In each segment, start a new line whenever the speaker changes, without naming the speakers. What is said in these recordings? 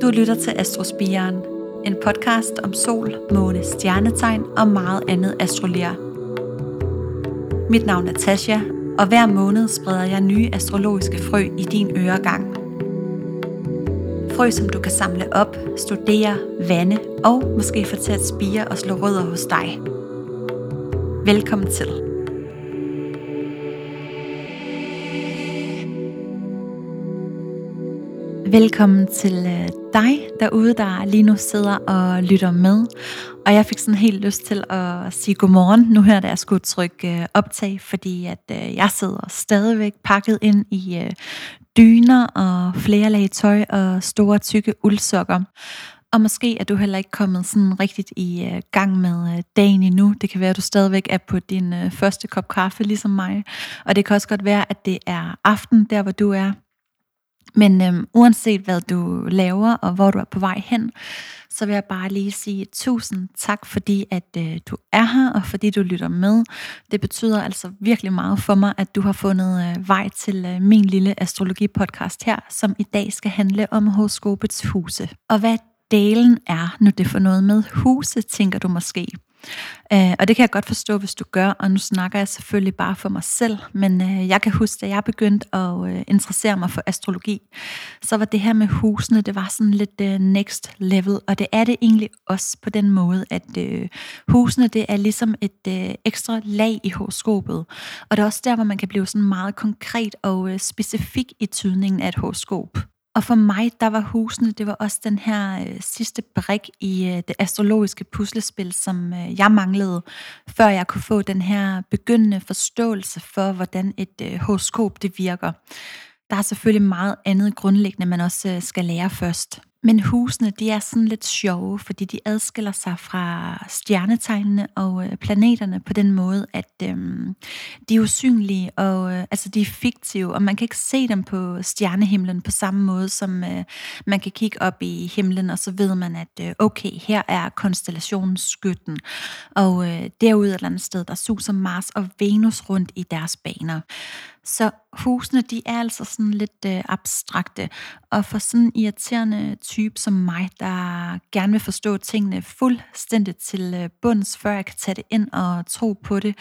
Du lytter til Astrospiren, en podcast om sol, måne, stjernetegn og meget andet astrolær. Mit navn er Tasha, og hver måned spreder jeg nye astrologiske frø i din øregang. Frø, som du kan samle op, studere, vande og måske få til at spire og slå rødder hos dig. Velkommen til. Velkommen til dig derude, der lige nu sidder og lytter med. Og jeg fik sådan helt lyst til at sige godmorgen, nu her da jeg skulle trykke optag, fordi at jeg sidder stadigvæk pakket ind i dyner og flere lag tøj og store tykke uldsokker. Og måske er du heller ikke kommet sådan rigtigt i gang med dagen endnu. Det kan være, at du stadigvæk er på din første kop kaffe, ligesom mig. Og det kan også godt være, at det er aften, der hvor du er. Men uanset hvad du laver og hvor du er på vej hen, så vil jeg bare lige sige tusind tak, fordi at du er her, og fordi du lytter med. Det betyder altså virkelig meget for mig, at du har fundet vej til min lille astrologi-podcast her, som i dag skal handle om horoskopets huse. Og hvad delen er, når det får noget med huse, tænker du måske. Og det kan jeg godt forstå, hvis du gør, og nu snakker jeg selvfølgelig bare for mig selv, men jeg kan huske, da jeg begyndte at interessere mig for astrologi, så var det her med husene, det var sådan lidt next level, og det er det egentlig også på den måde, at husene, det er ligesom et ekstra lag i horoskopet, og det er også der, hvor man kan blive sådan meget konkret og specifik i tydningen af et horoskop. Og for mig, der var husene, det var også den her sidste brik i det astrologiske puslespil, som jeg manglede, før jeg kunne få den her begyndende forståelse for, hvordan et horoskop det virker. Der er selvfølgelig meget andet grundlæggende, man også skal lære først. Men husene, de er sådan lidt sjove, fordi de adskiller sig fra stjernetegnene og planeterne på den måde, at de er usynlige, og altså de er fiktive, og man kan ikke se dem på stjernehimlen på samme måde, som man kan kigge op i himlen, og så ved man, at okay, her er konstellationen Skytten, og derude et eller andet sted, der suser Mars og Venus rundt i deres baner. Så husene, de er altså sådan lidt abstrakte, og for sådan en irriterende type som mig, der gerne vil forstå tingene fuldstændigt til bunds, før jeg kan tage det ind og tro på det.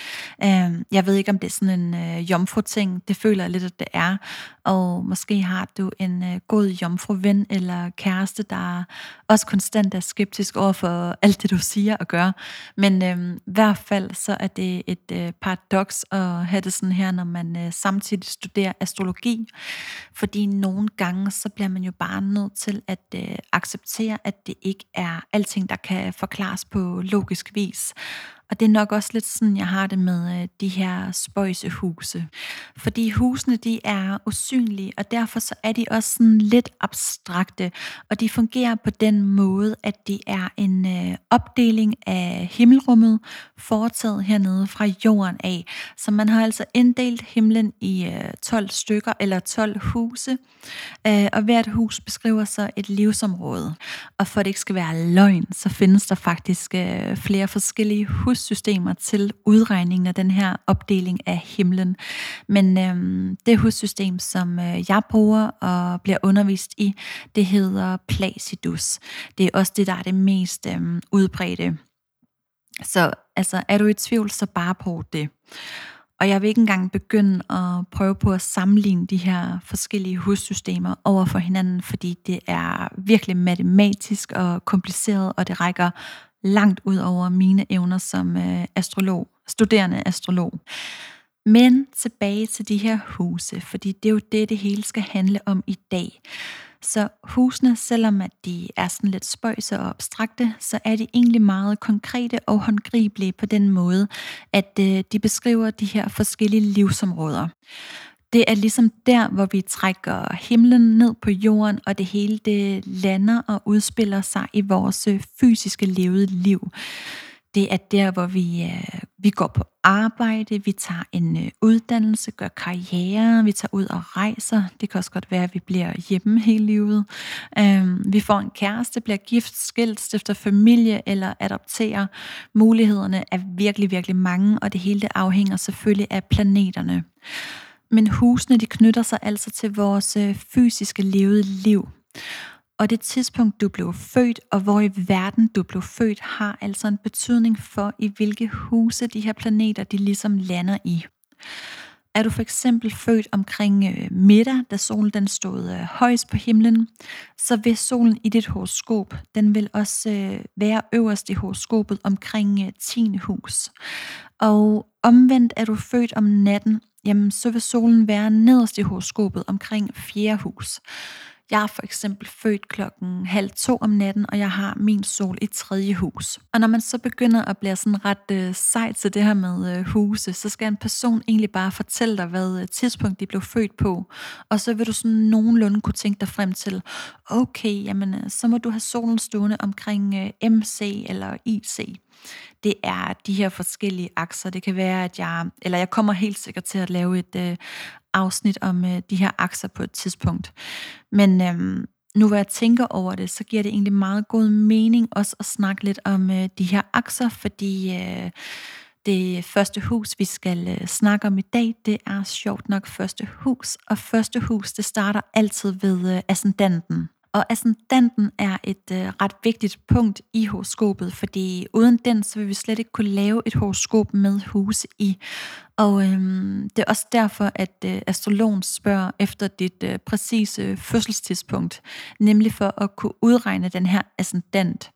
Jeg ved ikke, om det er sådan en jomfru-ting, det føler jeg lidt, at det er, og måske har du en god jomfru-ven eller kæreste, der også konstant er skeptisk over for alt det, du siger og gør, men i hvert fald så er det et paradoks at have det sådan her, når man samtidig studerer astrologi, fordi nogle gange så bliver man jo bare nødt til at acceptere, at det ikke er alting, der kan forklares på logisk vis. Og det er nok også lidt sådan, jeg har det med de her spøjsehuse. Fordi husene, de er usynlige, og derfor så er de også sådan lidt abstrakte. Og de fungerer på den måde, at de er en opdeling af himmelrummet, foretaget hernede fra jorden af. Så man har altså inddelt himlen i 12 stykker, eller 12 huse. Og hvert hus beskriver så et livsområde. Og for at det ikke skal være løgn, så findes der faktisk flere forskellige hussystemer til udregningen af den her opdeling af himlen. Men det hussystem, som jeg bruger og bliver undervist i, det hedder Placidus. Det er også det, der er det mest udbredte. Så altså, er du i tvivl, så bare brug det. Og jeg vil ikke engang begynde at prøve på at sammenligne de her forskellige hussystemer over for hinanden, fordi det er virkelig matematisk og kompliceret, og det rækker langt ud over mine evner som studerende astrolog. Men tilbage til de her huse, fordi det er jo det hele skal handle om i dag. Så husene, selvom at de er sådan lidt spøjse og abstrakte, så er de egentlig meget konkrete og håndgribelige på den måde, at de beskriver de her forskellige livsområder. Det er ligesom der, hvor vi trækker himlen ned på jorden, og det hele det lander og udspiller sig i vores fysiske levede liv. Det er der, hvor vi går på arbejde, vi tager en uddannelse, gør karriere, vi tager ud og rejser. Det kan også godt være, at vi bliver hjemme hele livet. Vi får en kæreste, bliver gift, skilt, stifter familie eller adopterer. Mulighederne er virkelig, virkelig mange, og det hele det afhænger selvfølgelig af planeterne. Men husene, de knytter sig altså til vores fysiske levede liv. Og det tidspunkt, du blev født, og hvor i verden du blev født, har altså en betydning for, i hvilke huse de her planeter, de ligesom lander i. Er du for eksempel født omkring middag, da solen den stod højst på himlen, så vil solen i dit horoskop, den vil også være øverst i horoskopet omkring 10. hus. Og omvendt er du født om natten, jamen så vil solen være nederst i horoskopet omkring 4. hus. Jeg er for eksempel født 1:30 om natten, og jeg har min sol i 3. hus. Og når man så begynder at blive sådan ret sej til det her med huse, så skal en person egentlig bare fortælle dig, hvad tidspunkt de blev født på. Og så vil du sådan nogenlunde kunne tænke dig frem til, okay, jamen så må du have solen stående omkring MC eller IC. Det er de her forskellige akser. Det kan være, at jeg kommer helt sikkert til at lave et afsnit om de her akser på et tidspunkt. Men nu hvor jeg tænker over det, så giver det egentlig meget god mening også at snakke lidt om de her akser, fordi det første hus, vi skal snakke om i dag, det er sjovt nok første hus. Og første hus, det starter altid ved ascendanten. Og ascendanten er et ret vigtigt punkt i horoskopet, fordi uden den, så vil vi slet ikke kunne lave et horoskop med huse i. Og det er også derfor, at astrologen spørger efter dit præcise fødselstidspunkt, nemlig for at kunne udregne den her ascendant.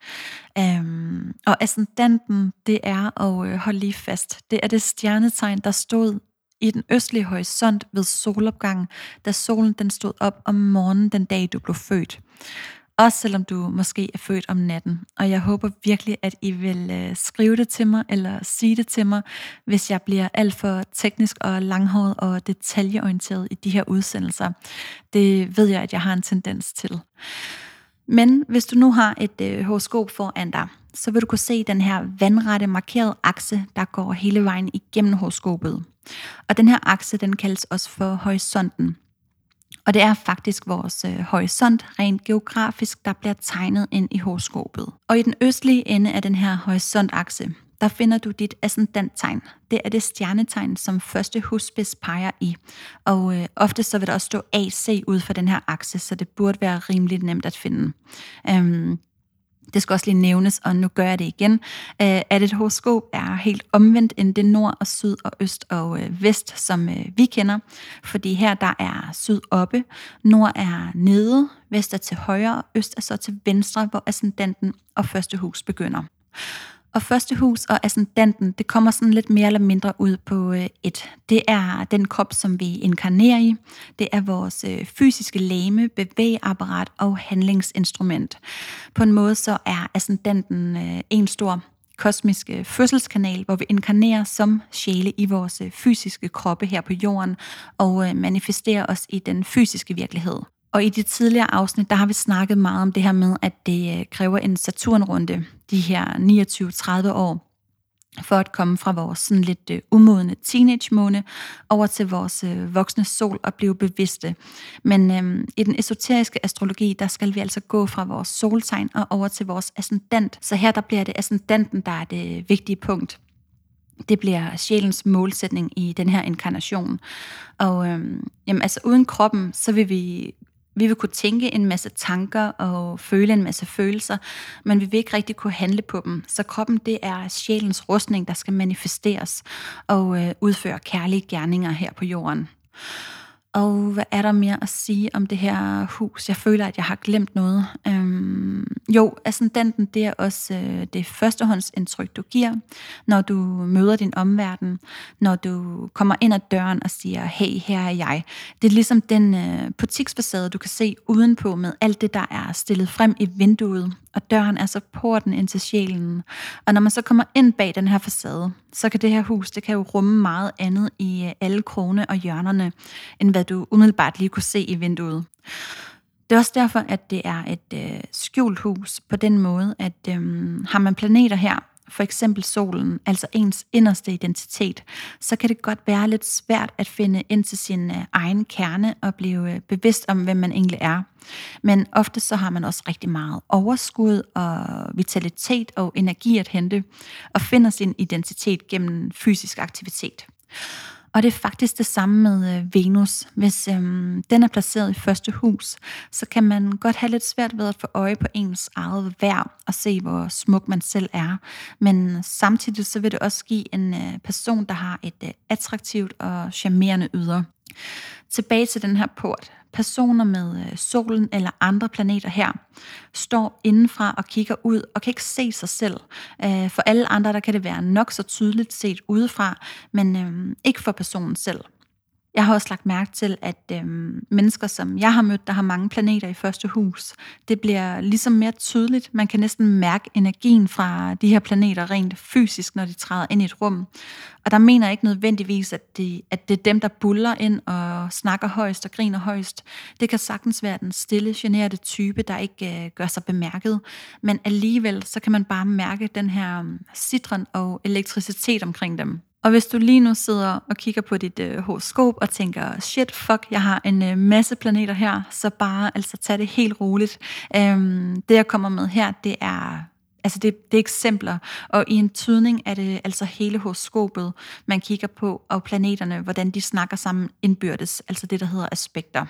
Og ascendanten, det er, og hold lige fast, det er det stjernetegn, der stod i den østlige horisont ved solopgang, da solen den stod op om morgenen den dag, du blev født. Også selvom du måske er født om natten. Og jeg håber virkelig, at I vil skrive det til mig, eller sige det til mig, hvis jeg bliver alt for teknisk og langhåret og detaljeorienteret i de her udsendelser. Det ved jeg, at jeg har en tendens til. Men hvis du nu har et horoskop foran dig, så vil du kunne se den her vandrette markerede akse, der går hele vejen igennem horoskopet. Og den her akse, den kaldes også for horisonten. Og det er faktisk vores horisont, rent geografisk, der bliver tegnet ind i horoskopet. Og i den østlige ende af den her horisontakse, der finder du dit ascendanttegn. Det er det stjernetegn, som første husspids peger i. Og ofte så vil der også stå AC ud for den her akse, så det burde være rimelig nemt at finde. Det skal også lige nævnes, og nu gør jeg det igen, at et horoskop er helt omvendt end det nord og syd og øst og vest, som vi kender. Fordi her der er syd oppe, nord er nede, vest er til højre og øst er så til venstre, hvor ascendanten og første hus begynder. Og første hus og ascendanten, det kommer sådan lidt mere eller mindre ud på et. Det er den krop, som vi inkarnerer i. Det er vores fysiske legeme, bevægeapparat og handlingsinstrument. På en måde så er ascendanten en stor kosmisk fødselskanal, hvor vi inkarnerer som sjæle i vores fysiske kroppe her på jorden og manifesterer os i den fysiske virkelighed. Og i de tidligere afsnit, der har vi snakket meget om det her med, at det kræver en Saturnrunde, de her 29-30 år, for at komme fra vores sådan lidt umodne teenage-måne over til vores voksne sol og blive bevidste. Men i den esoteriske astrologi, der skal vi altså gå fra vores soltegn og over til vores ascendant. Så her der bliver det ascendanten, der er det vigtige punkt. Det bliver sjælens målsætning i den her inkarnation. Og altså uden kroppen, så vil vi vil kunne tænke en masse tanker og føle en masse følelser, men vi vil ikke rigtig kunne handle på dem. Så kroppen, det er sjælens rustning, der skal manifesteres og udføre kærlige gerninger her på jorden. Og hvad er der mere at sige om det her hus? Jeg føler, at jeg har glemt noget. Ascendanten, det er også det førstehåndsindtryk, du giver, når du møder din omverden, når du kommer ind ad døren og siger, hey, her er jeg. Det er ligesom den butiksfacade, du kan se udenpå med alt det, der er stillet frem i vinduet, og døren er så porten ind til sjælen. Og når man så kommer ind bag den her facade, så kan det her hus, det kan jo rumme meget andet i alle krone og hjørnerne, end hvad du umiddelbart lige kunne se i vinduet. Det er også derfor, at det er et skjult hus på den måde, at har man planeter her, for eksempel solen, altså ens inderste identitet, så kan det godt være lidt svært at finde ind til sin egen kerne og blive bevidst om, hvem man egentlig er. Men ofte så har man også rigtig meget overskud og vitalitet og energi at hente, og finder sin identitet gennem fysisk aktivitet. Og det er faktisk det samme med Venus. Hvis den er placeret i første hus, så kan man godt have lidt svært ved at få øje på ens eget værd og se, hvor smuk man selv er. Men samtidig så vil det også give en person, der har et attraktivt og charmerende ydre. Tilbage til den her port. Personer med solen eller andre planeter her står indenfra og kigger ud og kan ikke se sig selv. For alle andre der kan det være nok så tydeligt set udefra, men ikke for personen selv. Jeg har også lagt mærke til, at mennesker, som jeg har mødt, der har mange planeter i første hus, det bliver ligesom mere tydeligt. Man kan næsten mærke energien fra de her planeter rent fysisk, når de træder ind i et rum. Og der mener jeg ikke nødvendigvis, at det er dem, der buller ind og snakker højst og griner højst. Det kan sagtens være den stille, generede type, der ikke gør sig bemærket. Men alligevel, så kan man bare mærke den her citron og elektricitet omkring dem. Og hvis du lige nu sidder og kigger på dit horoskop og tænker, shit, fuck, jeg har en masse planeter her, så bare altså tag det helt roligt. Det jeg kommer med her, det er eksempler, og i en tydning er det altså hele horoskopet, man kigger på, og planeterne, hvordan de snakker sammen indbyrdes, altså det, der hedder aspekter.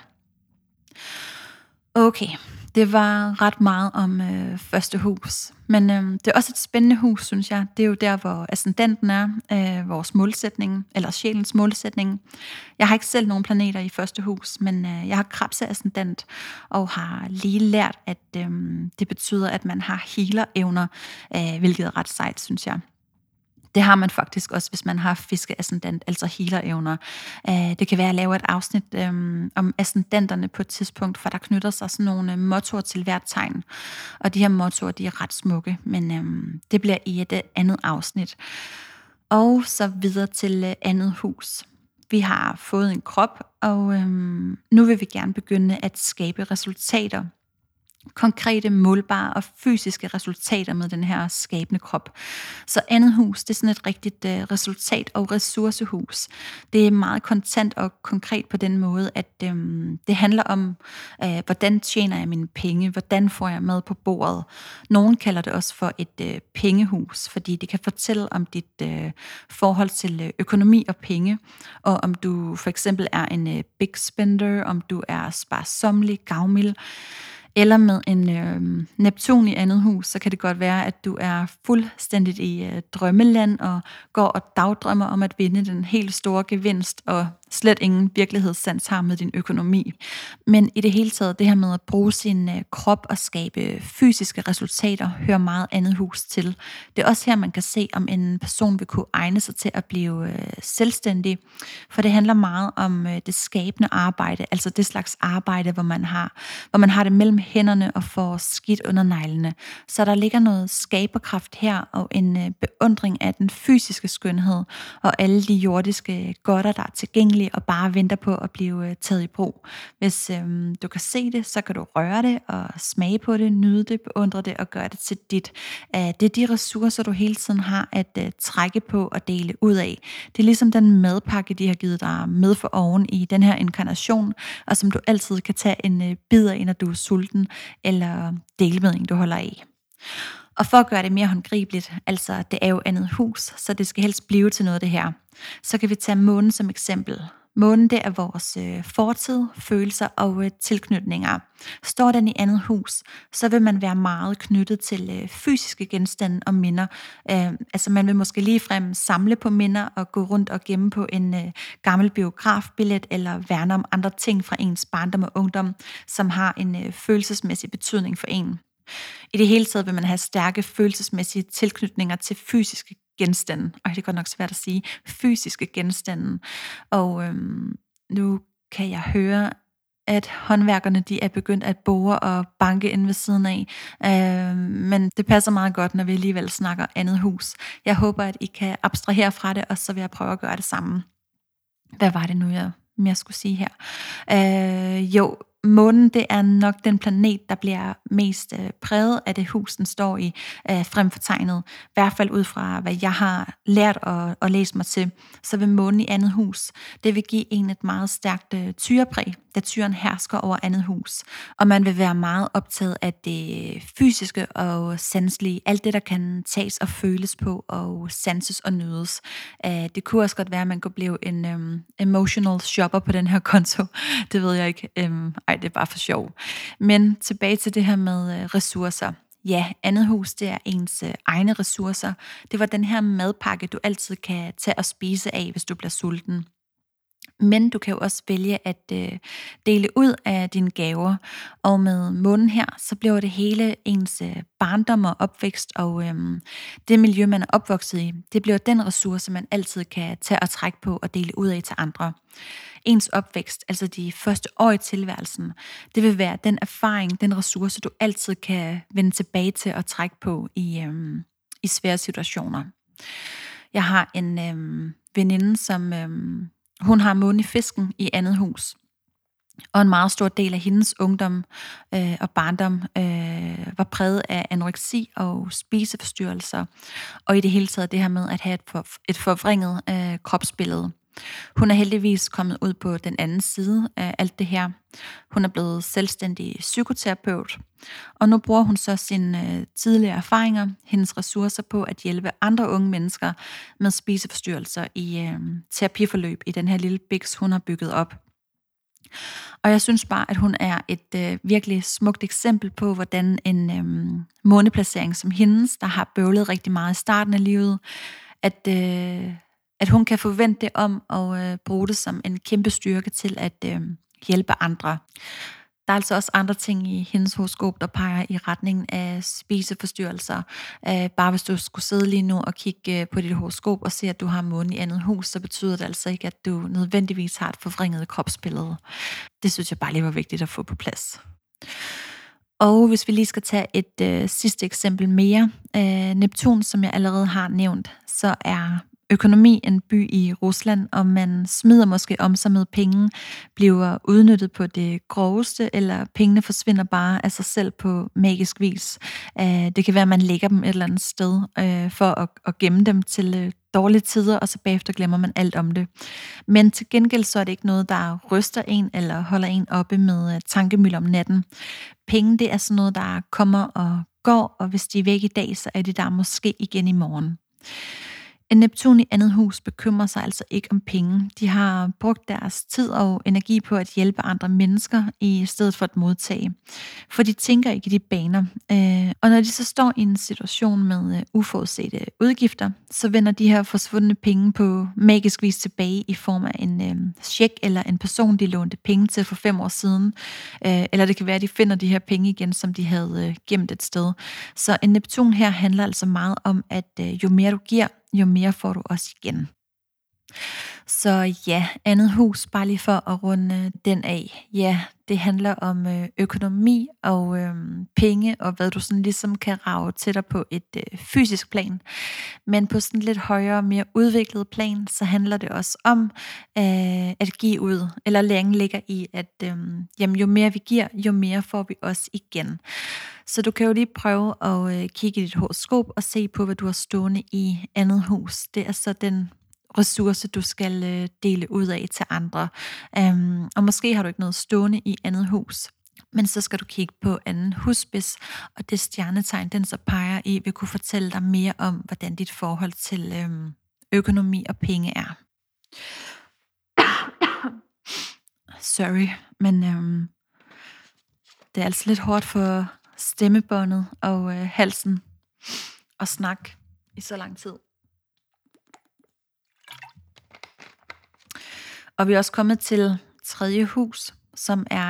Okay, det var ret meget om første hus. Men det er også et spændende hus, synes jeg. Det er jo der, hvor ascendenten er, vores målsætning, eller sjælens målsætning. Jeg har ikke selv nogen planeter i første hus, men jeg har krebsascendent, og har lige lært, at det betyder, at man har healer-evner, hvilket er ret sejt, synes jeg. Det har man faktisk også, hvis man har fiskeascendant, altså healer-evner. Det kan være, at jeg laver et afsnit om ascendanterne på et tidspunkt, for der knytter sig sådan nogle mottoer til hvert tegn. Og de her mottoer, de er ret smukke, men det bliver i et andet afsnit. Og så videre til andet hus. Vi har fået en krop, og nu vil vi gerne begynde at skabe resultater. Konkrete, målbare og fysiske resultater med den her skabende krop. Så andet hus, det er sådan et rigtigt resultat- og ressourcehus. Det er meget kontant og konkret på den måde, at det handler om, hvordan tjener jeg mine penge, hvordan får jeg mad på bordet. Nogen kalder det også for et pengehus, fordi det kan fortælle om dit forhold til økonomi og penge, og om du for eksempel er en big spender, om du er sparsommelig, gavmild, eller med en Neptun i andet hus, så kan det godt være, at du er fuldstændigt i drømmeland og går og dagdrømmer om at vinde den helt store gevinst, og slet ingen virkelighedssans har med din økonomi. Men i det hele taget, det her med at bruge sin krop og skabe fysiske resultater, hører meget andet hus til. Det er også her, man kan se, om en person vil kunne egne sig til at blive selvstændig, for det handler meget om det skabende arbejde, altså det slags arbejde, hvor man har det mellem hænderne og får skidt under neglene. Så der ligger noget skaberkraft her, og en beundring af den fysiske skønhed, og alle de jordiske godter, der er tilgængelige og bare venter på at blive taget i brug. Hvis du kan se det, så kan du røre det og smage på det, nyde det, beundre det og gøre det til dit. Det er de ressourcer, du hele tiden har at trække på og dele ud af. Det er ligesom den madpakke, de har givet dig med for oven i den her inkarnation, og som du altid kan tage en bid af, når du er sulten, eller dele med en, du holder af. Og for at gøre det mere håndgribeligt, altså det er jo andet hus, så det skal helst blive til noget det her. Så kan vi tage månen som eksempel. Månen, det er vores fortid, følelser og tilknytninger. Står den i andet hus, så vil man være meget knyttet til fysiske genstande og minder. Altså man vil måske ligefrem samle på minder og gå rundt og gemme på en gammel biografbillet, eller værne om andre ting fra ens barndom og ungdom, som har en følelsesmæssig betydning for en. I det hele taget vil man have stærke følelsesmæssige tilknytninger til fysiske genstande. Og det er godt nok svært at sige. Fysiske genstande. Og nu kan jeg høre, at håndværkerne de er begyndt at bore og banke ind ved siden af. Men det passer meget godt, når vi alligevel snakker andet hus. Jeg håber, at I kan abstrahere fra det, og så vil jeg prøve at gøre det samme. Hvad var det nu, jeg mere skulle sige her? månen, det er nok den planet, der bliver mest præget af det hus, den står i, frem for tegnet. I hvert fald ud fra, hvad jeg har lært og læst mig til, så vil månen i andet hus, det vil give en et meget stærkt tyrepræg, da tyren hersker over andet hus. Og man vil være meget optaget af det fysiske og sanselige, alt det, der kan tages og føles på og sanses og nydes. Det kunne også godt være, at man kunne blive en emotional shopper på den her konto. Det ved jeg ikke. Det er bare for sjov. Men tilbage til det her med ressourcer. Ja, andet hus, det er ens egne ressourcer. Det var den her madpakke, du altid kan tage og spise af, hvis du bliver sulten. Men du kan jo også vælge at dele ud af dine gaver. Og med månen her, så bliver det hele ens barndom og opvækst og det miljø, man er opvokset i. Det bliver den ressource, man altid kan tage og trække på og dele ud af til andre. Ens opvækst, altså de første år i tilværelsen, det vil være den erfaring, den ressource, du altid kan vende tilbage til og trække på i svære situationer. Jeg har en veninde, som hun har månen i fisken i andet hus. Og en meget stor del af hendes ungdom og barndom var præget af anoreksi og spiseforstyrrelser. Og i det hele taget det her med at have et forvrænget kropsbillede. Hun er heldigvis kommet ud på den anden side af alt det her. Hun er blevet selvstændig psykoterapeut, og nu bruger hun så sine tidligere erfaringer, hendes ressourcer på at hjælpe andre unge mennesker med spiseforstyrrelser i terapiforløb i den her lille biks, hun har bygget op. Og jeg synes bare, at hun er et virkelig smukt eksempel på, hvordan en måneplacering som hendes, der har bøvlet rigtig meget i starten af livet, at hun kan forvente det om at bruge det som en kæmpe styrke til at hjælpe andre. Der er altså også andre ting i hendes horoskop, der peger i retningen af spiseforstyrrelser. Bare hvis du skulle sidde lige nu og kigge på dit horoskop og se, at du har månen i andet hus, så betyder det altså ikke, at du nødvendigvis har et forvrænget kropsbillede. Det synes jeg bare lige var vigtigt at få på plads. Og hvis vi lige skal tage et sidste eksempel mere. Neptun, som jeg allerede har nævnt, så er økonomi en by i Rusland, og man smider måske om sig med penge, bliver udnyttet på det groveste, eller pengene forsvinder bare af sig selv på magisk vis. Det kan være, at man lægger dem et eller andet sted for at gemme dem til dårlige tider, og så bagefter glemmer man alt om det. Men til gengæld så er det ikke noget, der ryster en eller holder en oppe med tankemøl om natten. Penge, det er sådan noget, der kommer og går, og hvis de er væk i dag, så er de der måske igen i morgen. En Neptun i andet hus bekymrer sig altså ikke om penge. De har brugt deres tid og energi på at hjælpe andre mennesker i stedet for at modtage. For de tænker ikke i de baner. Og når de så står i en situation med uforudsete udgifter, så vender de her forsvundne penge på magisk vis tilbage i form af en check eller en person, de lånte penge til for 5 år siden. Eller det kan være, at de finder de her penge igen, som de havde gemt et sted. Så en Neptun her handler altså meget om, at jo mere du giver, jo mere får du også igen. Så ja, andet hus, bare lige for at runde den af. Ja, det handler om økonomi og penge, og hvad du sådan ligesom kan rage til dig på et fysisk plan. Men på sådan lidt højere, mere udviklet plan, så handler det også om at give ud. Eller læringen ligger i, at jamen, jo mere vi giver, jo mere får vi også igen. Så du kan jo lige prøve at kigge i dit horoskop og se på, hvad du har stående i andet hus. Det er så den ressource, du skal dele ud af til andre. Og måske har du ikke noget stående i andet hus, men så skal du kigge på anden husspids, og det stjernetegn, den så peger i, vil kunne fortælle dig mere om, hvordan dit forhold til økonomi og penge er. Sorry, men det er altså lidt hårdt for stemmebåndet og halsen og snak i så lang tid. Og vi er også kommet til tredje hus, som er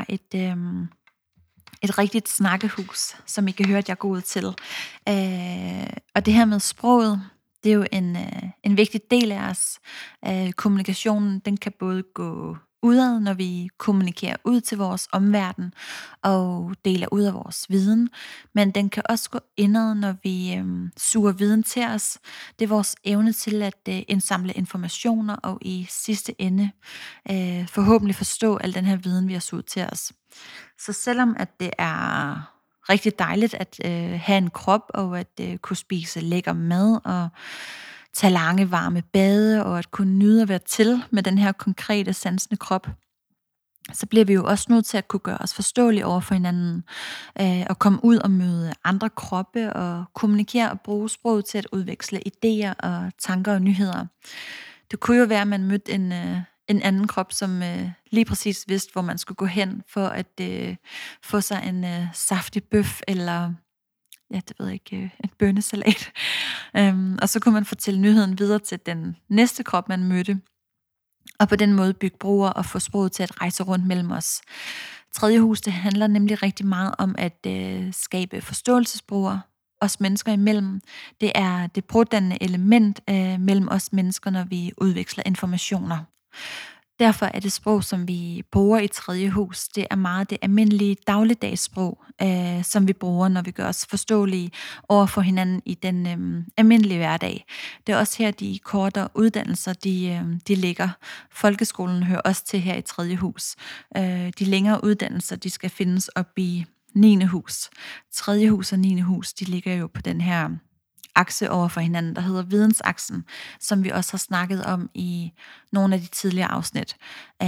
et rigtigt snakkehus, som I kan høre, at jeg går ud til. Og det her med sproget, det er jo en vigtig del af os. Kommunikationen, den kan både gå udad, når vi kommunikerer ud til vores omverden og deler ud af vores viden, men den kan også gå indad, når vi suger viden til os. Det er vores evne til at indsamle informationer og i sidste ende forhåbentlig forstå al den her viden, vi har suget til os. Så selvom at det er rigtig dejligt at have en krop og at kunne spise lækker mad og tage lange varme bade og at kunne nyde at være til med den her konkrete sansende krop, så bliver vi jo også nødt til at kunne gøre os forståelige over for hinanden, og komme ud og møde andre kroppe og kommunikere og bruge sproget til at udveksle idéer og tanker og nyheder. Det kunne jo være, at man mødte en anden krop, som lige præcis vidste, hvor man skulle gå hen for at få sig en saftig bøf eller ja, det ved jeg ikke, en bønnesalat. Og så kunne man fortælle nyheden videre til den næste krop, man mødte, og på den måde bygge broer og få sproget til at rejse rundt mellem os. Tredje hus, det handler nemlig rigtig meget om at skabe forståelsesbroer os mennesker imellem. Det er det brodannende element mellem os mennesker, når vi udveksler informationer. Derfor er det sprog, som vi bruger i tredje hus, det er meget det almindelige dagligdagssprog, som vi bruger, når vi gør os forståelige over for hinanden i den almindelige hverdag. Det er også her, de kortere uddannelser, de ligger. Folkeskolen hører også til her i tredje hus. De længere uddannelser, de skal findes op i 9. hus. Tredje hus og 9. hus, de ligger jo på den her akse over for hinanden, der hedder vidensaksen, som vi også har snakket om i nogle af de tidligere afsnit.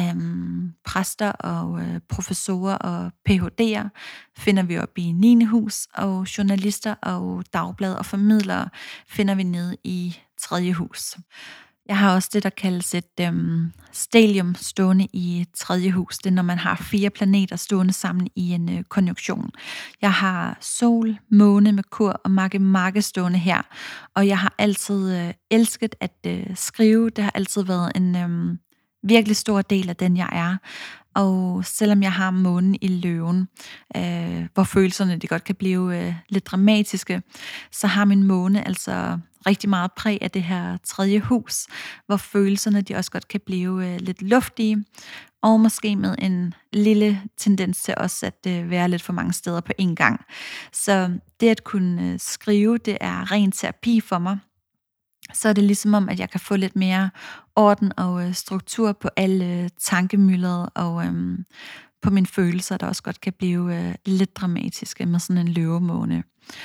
Præster og professorer og PhD'er finder vi op i 9. hus, og journalister og dagblad og formidlere finder vi nede i 3. hus. Jeg har også det, der kaldes et stellium stående i 3. hus. Det er, når man har 4 planeter stående sammen i en konjunktion. Jeg har sol, måne, Merkur og Magge stående her. Og jeg har altid elsket at skrive. Det har altid været en virkelig stor del af den, jeg er. Og selvom jeg har månen i løven, hvor følelserne de godt kan blive lidt dramatiske, så har min måne altså rigtig meget præg af det her 3. hus, hvor følelserne de også godt kan blive lidt luftige, og måske med en lille tendens til også at være lidt for mange steder på en gang. Så det at kunne skrive, det er ren terapi for mig. Så er det ligesom om, at jeg kan få lidt mere orden og struktur på alle tankemyldret og på mine følelser, der også godt kan blive lidt dramatiske med sådan en løvemåne.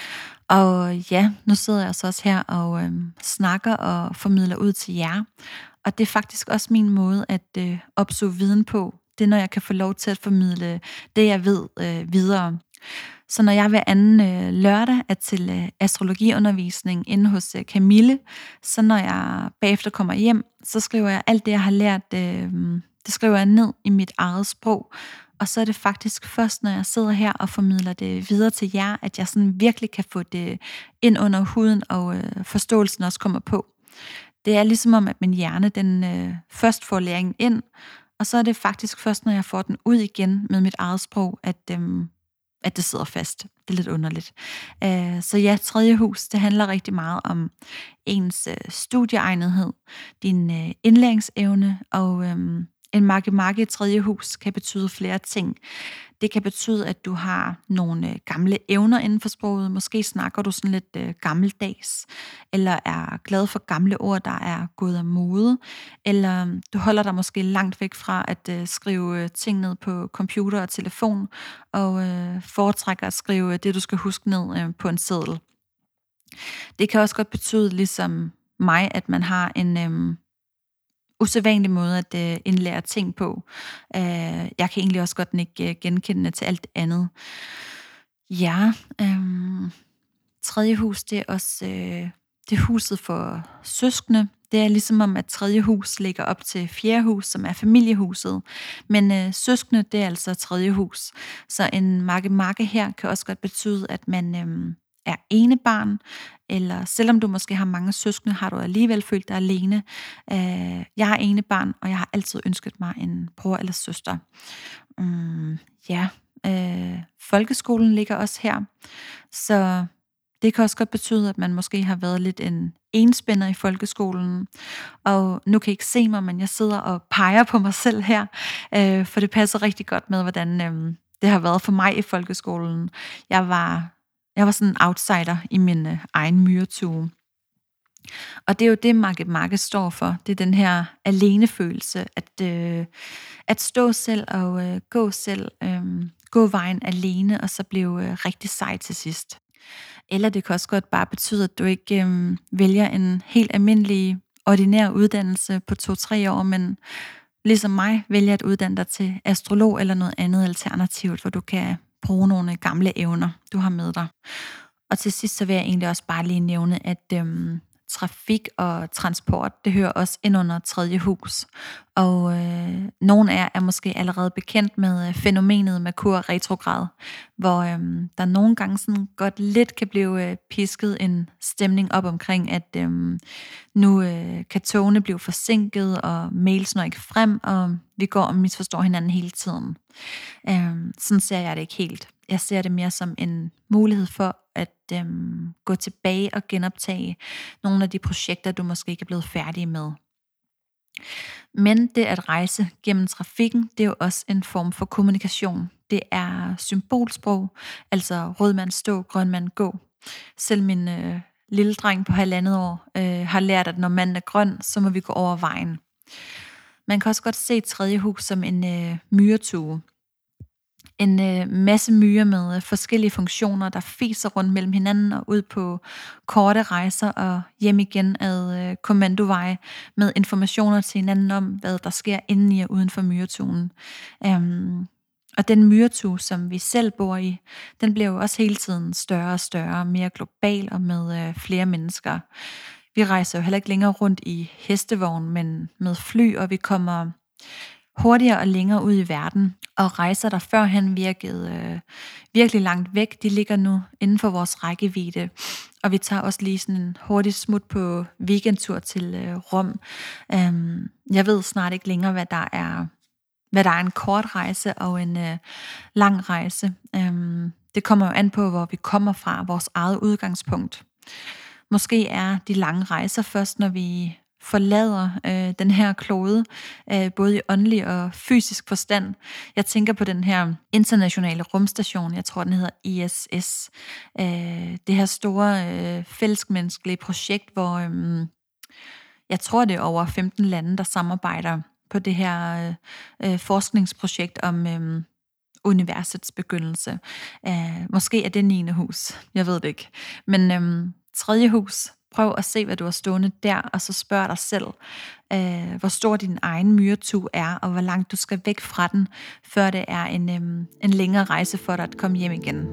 Og ja, nu sidder jeg så også her og snakker og formidler ud til jer. Og det er faktisk også min måde at opsuge viden på. Det er, når jeg kan få lov til at formidle det, jeg ved videre. Så når jeg hver anden lørdag er til astrologiundervisning inde hos Camille, så når jeg bagefter kommer hjem, så skriver jeg alt det, jeg har lært, det skriver jeg ned i mit eget sprog. Og så er det faktisk først, når jeg sidder her og formidler det videre til jer, at jeg sådan virkelig kan få det ind under huden, og forståelsen også kommer på. Det er ligesom om, at min hjerne den først får læringen ind, og så er det faktisk først, når jeg får den ud igen med mit eget sprog, at det sidder fast. Det er lidt underligt. Så ja, 3. hus, det handler rigtig meget om ens studieegnethed, din indlæringsevne, og en Magge i 3. hus kan betyde flere ting. Det kan betyde, at du har nogle gamle evner inden for sproget. Måske snakker du sådan lidt gammeldags, eller er glad for gamle ord, der er gået af mode, eller du holder dig måske langt væk fra at skrive ting ned på computer og telefon, og foretrækker at skrive det, du skal huske ned på en seddel. Det kan også godt betyde, ligesom mig, at man har en usædvanlig måde at indlære ting på. Jeg kan egentlig også godt ikke genkende til alt andet. Ja, 3. hus, det er også det er huset for søskende. Det er ligesom om, at 3. hus ligger op til 4. hus, som er familiehuset. Men søskende, det er altså 3. hus. Så en Magge her kan også godt betyde, at man er enebarn, eller selvom du måske har mange søskende, har du alligevel følt dig alene. Jeg er enebarn, og jeg har altid ønsket mig en bror eller søster. Ja, folkeskolen ligger også her, så Det kan også godt betyde, at man måske har været lidt en enspænder i folkeskolen. Og nu kan I ikke se mig, men jeg sidder og peger på mig selv her, for det passer rigtig godt med, hvordan det har været for mig i folkeskolen. Jeg var sådan en outsider i min egen myretue. Og det er jo det, makke står for. Det er den her alenefølelse, at stå selv og gå selv, gå vejen alene, og så blive rigtig sej til sidst. Eller det kan også godt bare betyde, at du ikke vælger en helt almindelig, ordinær uddannelse på 2-3 år, men ligesom mig vælger at uddanne dig til astrolog eller noget andet alternativt, hvor du kan bruge nogle gamle evner, du har med dig. Og til sidst så vil jeg egentlig også bare lige nævne, at trafik og transport, det hører også ind under tredje hus. Og nogle af jer er måske allerede bekendt med fænomenet Merkur retrograd, hvor der nogle gange sådan godt lidt kan blive pisket en stemning op omkring, at nu kan togene blive forsinket, og mails når ikke frem, og vi går og misforstår hinanden hele tiden. Sådan ser jeg det ikke helt. Jeg ser det mere som en mulighed for at gå tilbage og genoptage nogle af de projekter, du måske ikke er blevet færdig med. Men det at rejse gennem trafikken, det er jo også en form for kommunikation. Det er symbolsprog, altså rød mand stå, grøn mand gå. Selv min lille dreng på 1,5 år har lært, at når manden er grøn, så må vi gå over vejen. Man kan også godt se tredje hus som en myretue. En masse myrer med forskellige funktioner, der fiser rundt mellem hinanden og ud på korte rejser og hjem igen ad kommandoveje med informationer til hinanden om, hvad der sker inden i og uden for myretuen. Og den myretue, som vi selv bor i, den bliver jo også hele tiden større og større, mere global og med flere mennesker. Vi rejser jo heller ikke længere rundt i hestevogn, men med fly, og vi kommer hurtigere og længere ud i verden, og rejser, der førhen virkede virkelig langt væk, de ligger nu inden for vores rækkevidde. Og vi tager også lige sådan en hurtig smut på weekendtur til Rom. Jeg ved snart ikke længere, hvad der er en kort rejse og en lang rejse. Det kommer jo an på, hvor vi kommer fra, vores eget udgangspunkt. Måske er de lange rejser først, når vi forlader den her klode, både i åndelig og fysisk forstand. Jeg tænker på den her internationale rumstation, jeg tror den hedder ISS. Det her store fællesmenneskelige projekt, hvor jeg tror det er over 15 lande, der samarbejder på det her forskningsprojekt om universets begyndelse. Måske er det 9. hus, jeg ved det ikke. Men tredje hus, prøv at se, hvad du har stående der, og så spørg dig selv, hvor stor din egen myretue er, og hvor langt du skal væk fra den, før det er en længere rejse for dig at komme hjem igen.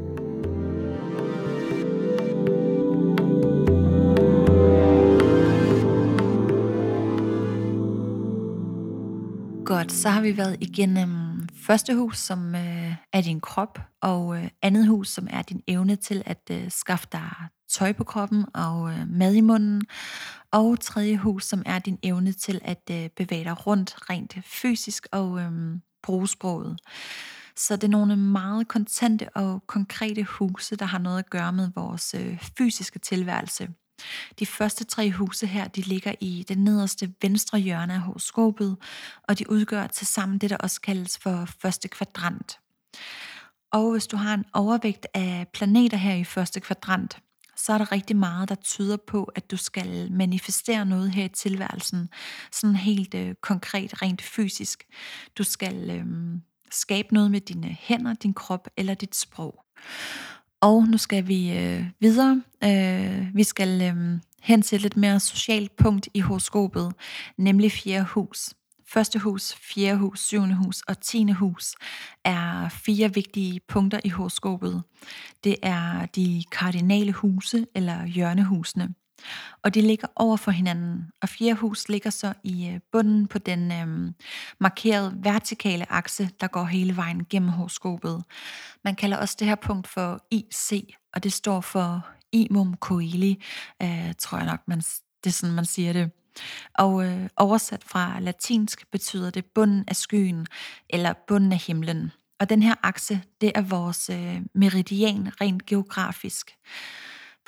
Godt, så har vi været igennem første hus, som er din krop, og andet hus, som er din evne til at skaffe dig tøj på kroppen og mad i munden, og tredje hus, som er din evne til at bevæge dig rundt rent fysisk og bruge sproget. Så det er nogle meget kontante og konkrete huse, der har noget at gøre med vores fysiske tilværelse. De første 3 huse her, de ligger i det nederste venstre hjørne af horoskopet, og de udgør tilsammen det, der også kaldes for første kvadrant. Og hvis du har en overvægt af planeter her i første kvadrant, så er der rigtig meget, der tyder på, at du skal manifestere noget her i tilværelsen, sådan helt konkret, rent fysisk. Du skal skabe noget med dine hænder, din krop eller dit sprog. Og nu skal vi videre. Vi skal hen til et lidt mere socialt punkt i horoskopet, nemlig 4. hus. Første hus, 4. hus, 7. hus og 10. hus er 4 vigtige punkter i horoskopet. Det er de kardinale huse eller hjørnehusene. Og de ligger over for hinanden. Og 4. hus ligger så i bunden på den markerede vertikale akse, der går hele vejen gennem horoskopet. Man kalder også det her punkt for IC, og det står for Imum Coeli, tror jeg nok, det er sådan, man siger det. Og oversat fra latinsk betyder det bunden af skyen, eller bunden af himlen. Og den her akse, det er vores meridian rent geografisk.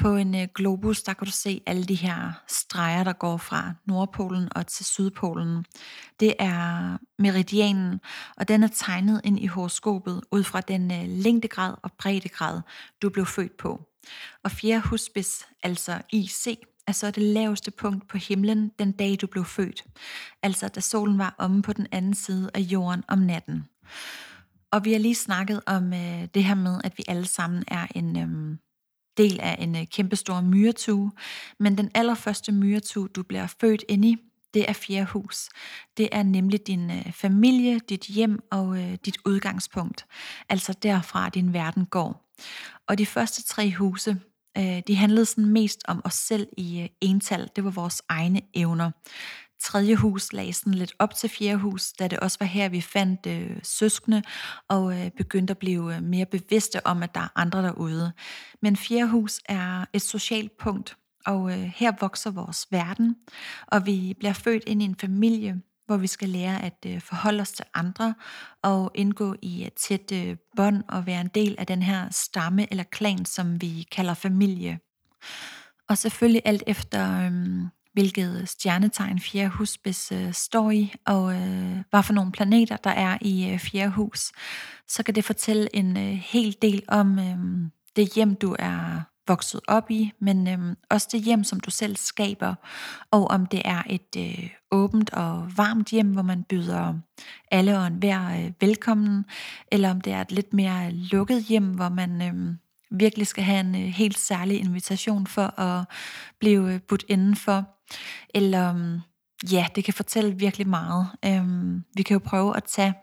På en globus, der kan du se alle de her streger, der går fra Nordpolen og til Sydpolen. Det er meridianen, og den er tegnet ind i horoskopet ud fra den længdegrad og breddegrad, du blev født på. Og fjerde husspids, altså IC, er så det laveste punkt på himlen den dag, du blev født. Altså da solen var omme på den anden side af jorden om natten. Og vi har lige snakket om det her med, at vi alle sammen er en del af en kæmpestor myretue. Men den allerførste myretue, du bliver født ind i, det er fjerde hus. Det er nemlig din familie, dit hjem og dit udgangspunkt. Altså derfra din verden går. Og de første 3 huse, de handlede sådan mest om os selv i ental. Det var vores egne evner. Tredje hus lagde sådan lidt op til fjerde hus, da det også var her, vi fandt søskende og begyndte at blive mere bevidste om, at der er andre derude. Men fjerde hus er et socialt punkt, og her vokser vores verden, og vi bliver født ind i en familie, hvor vi skal lære at forholde os til andre og indgå i et tæt bånd og være en del af den her stamme eller klan, som vi kalder familie. Og selvfølgelig alt efter, hvilket stjernetegn fjerde husspids står i, og hvad for nogle planeter, der er i fjerde hus, så kan det fortælle en hel del om det hjem, du er vokset op i, men også det hjem, som du selv skaber, og om det er et åbent og varmt hjem, hvor man byder alle og enhver velkommen, eller om det er et lidt mere lukket hjem, hvor man virkelig skal have en helt særlig invitation for at blive budt indenfor. Eller ja, det kan fortælle virkelig meget. Vi kan jo prøve at tage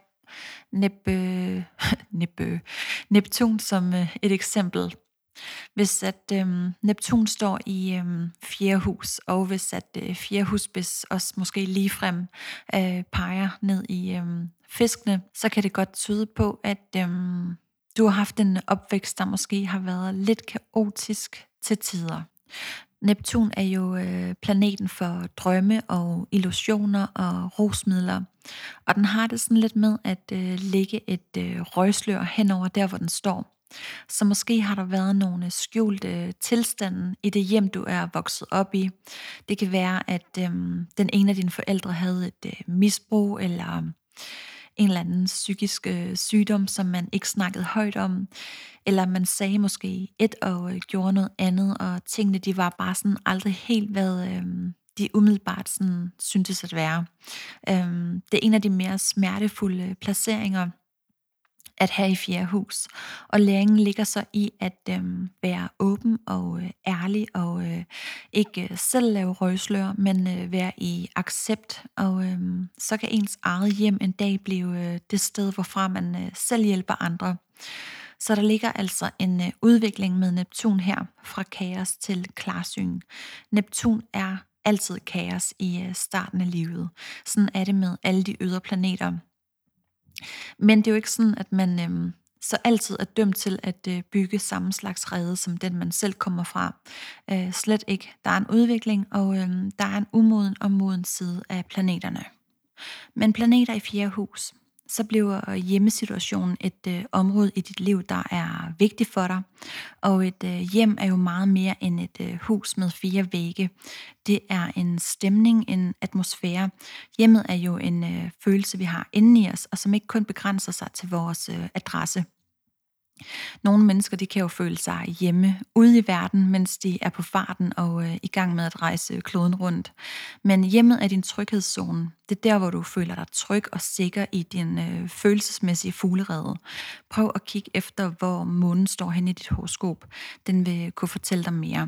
Neptun som et eksempel. Hvis at Neptun står i fjerde hus, og hvis at fjerde husspids også måske ligefrem peger ned i fiskene, så kan det godt tyde på, at du har haft en opvækst, der måske har været lidt kaotisk til tider. Neptun er jo planeten for drømme og illusioner og rusmidler. Og den har det sådan lidt med at lægge et røgslør henover der, hvor den står. Så måske har der været nogle skjulte tilstande i det hjem, du er vokset op i. Det kan være, at den ene af dine forældre havde et misbrug, eller en eller anden psykisk sygdom, som man ikke snakkede højt om, eller man sagde måske et og gjorde noget andet, og tingene de var bare sådan aldrig helt, hvad de umiddelbart sådan syntes at være. Det er en af de mere smertefulde placeringer at have i fjerde hus. Og læringen ligger så i at være åben og ærlig og ikke selv lave røgslør, men være i accept. Og så kan ens eget hjem en dag blive det sted, hvorfra man selv hjælper andre. Så der ligger altså en udvikling med Neptun her, fra kaos til klarsyn. Neptun er altid kaos i starten af livet. Sådan er det med alle de ydre planeter. Men det er jo ikke sådan, at man så altid er dømt til at bygge samme slags rede, som den man selv kommer fra. Slet ikke. Der er en udvikling, og der er en umoden og moden side af planeterne. Men planeter i fjerde hus, så bliver hjemmesituationen et område i dit liv, der er vigtigt for dig. Og et hjem er jo meget mere end et hus med 4 vægge. Det er en stemning, en atmosfære. Hjemmet er jo en følelse, vi har inde i os, og som ikke kun begrænser sig til vores adresse. Nogle mennesker, de kan jo føle sig hjemme ude i verden, mens de er på farten og i gang med at rejse kloden rundt. Men hjemmet er din tryghedszone. Det er der, hvor du føler dig tryg og sikker i din følelsesmæssige fuglerede. Prøv at kigge efter, hvor månen står hen i dit horoskop. Den vil kunne fortælle dig mere.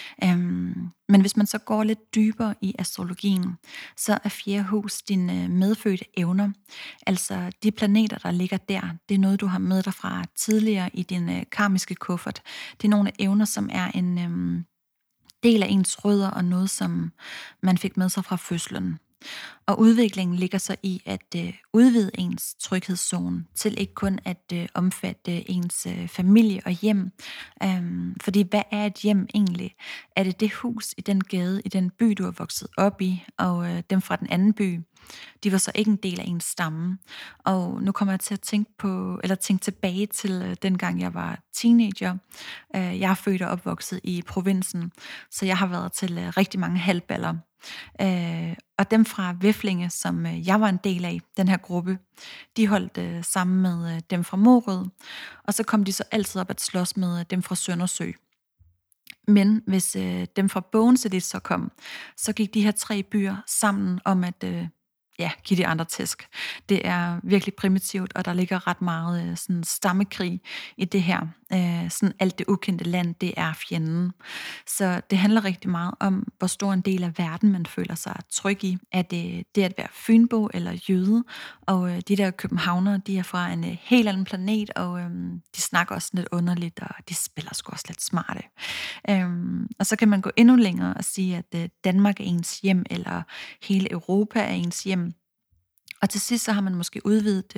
Men hvis man så går lidt dybere i astrologien, så er fjerde hus dine medfødte evner. Altså de planeter, der ligger der, det er noget, du har med dig fra tidligere i din karmiske kuffert. Det er nogle evner, som er en del af ens rødder og noget, som man fik med sig fra fødslen. Og udviklingen ligger så i at udvide ens tryghedszone til ikke kun at omfatte ens familie og hjem. Fordi hvad er et hjem egentlig? Er det det hus i den gade, i den by, du er vokset op i, og dem fra den anden by? De var så ikke en del af ens stamme. Og nu kommer jeg til at tænke tilbage til dengang jeg var teenager. Jeg er født og opvokset i provinsen, så jeg har været til rigtig mange halvballer. Og dem fra Veflinge, som jeg var en del af, den her gruppe, de holdt sammen med dem fra Morød, og så kom de så altid op at slås med dem fra Søndersø. Men hvis dem fra Bogense så kom, så gik de her 3 byer sammen om at give de andre tæsk. Det er virkelig primitivt, og der ligger ret meget sådan stammekrig i det her. Sådan alt det ukendte land, det er fjenden. Så det handler rigtig meget om, hvor stor en del af verden man føler sig tryg i. Er det at være fynbo eller jøde? Og de der københavnere, de er fra en helt anden planet, og de snakker også lidt underligt, og de spiller sgu også lidt smarte. Og så kan man gå endnu længere og sige, at Danmark er ens hjem, eller hele Europa er ens hjem. Og til sidst så har man måske udvidet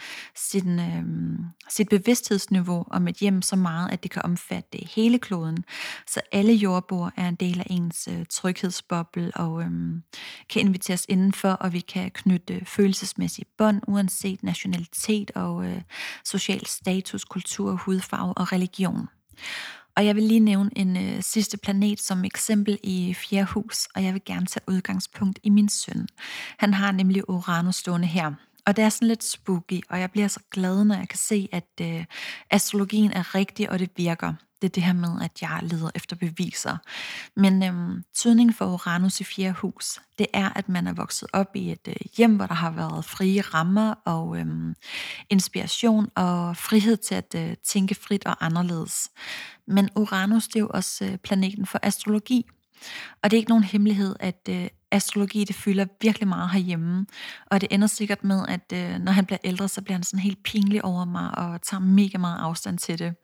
sit bevidsthedsniveau om et hjem så meget, at det kan omfatte hele kloden. Så alle jordboer er en del af ens tryghedsboble og kan inviteres indenfor, og vi kan knytte følelsesmæssige bånd, uanset nationalitet og social status, kultur, hudfarve og religion. Og jeg vil lige nævne en sidste planet som eksempel i fjerde hus, og jeg vil gerne tage udgangspunkt i min søn. Han har nemlig Uranus stående her, og det er sådan lidt spooky, og jeg bliver så glad, når jeg kan se, at astrologien er rigtig, og det virker. Det er det her med, at jeg leder efter beviser. Men tydningen for Uranus i fjerde hus, det er, at man er vokset op i et hjem, hvor der har været frie rammer og inspiration og frihed til at tænke frit og anderledes. Men Uranus, det er jo også planeten for astrologi. Og det er ikke nogen hemmelighed, at astrologi, det fylder virkelig meget herhjemme. Og det ender sikkert med, at når han bliver ældre, så bliver han sådan helt pinlig over mig og tager mega meget afstand til det.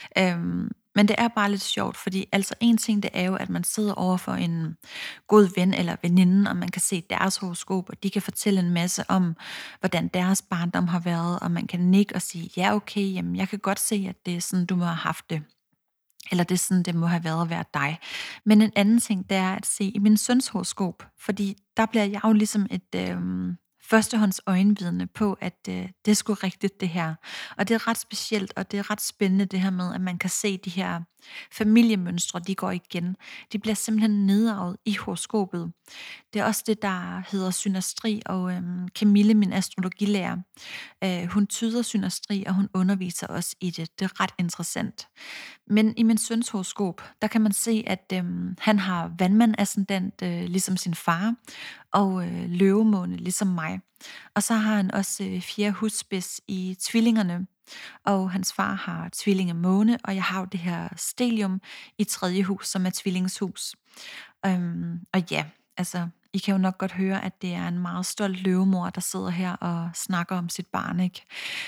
Men det er bare lidt sjovt, fordi altså en ting, det er jo, at man sidder over for en god ven eller veninde, og man kan se deres horoskop, og de kan fortælle en masse om, hvordan deres barndom har været, og man kan nikke og sige, ja okay, jamen jeg kan godt se, at det er sådan, du må have haft det. Eller det er sådan, det må have været at være dig. Men en anden ting, det er at se i min søns horoskop, fordi der bliver jeg jo ligesom et førstehånds øjenvidne på, at det er sgu rigtigt det her. Og det er ret specielt, og det er ret spændende det her med, at man kan se de her familiemønstre, de går igen. De bliver simpelthen nedarvet i horoskopet. Det er også det, der hedder synastri, og Camille, min astrologilærer, hun tyder synastri, og hun underviser også i det. Det er ret interessant. Men i min søns horoskop, der kan man se, at han har vandmand-ascendant, ligesom sin far, og løvemåne, ligesom mig. Og så har han også 4 husspids i tvillingerne, og hans far har tvillingemåne, og jeg har jo det her stelium i 3. hus, som er tvillingshus. Og ja, altså, I kan jo nok godt høre, at det er en meget stolt løvemor, der sidder her og snakker om sit barn, ikke?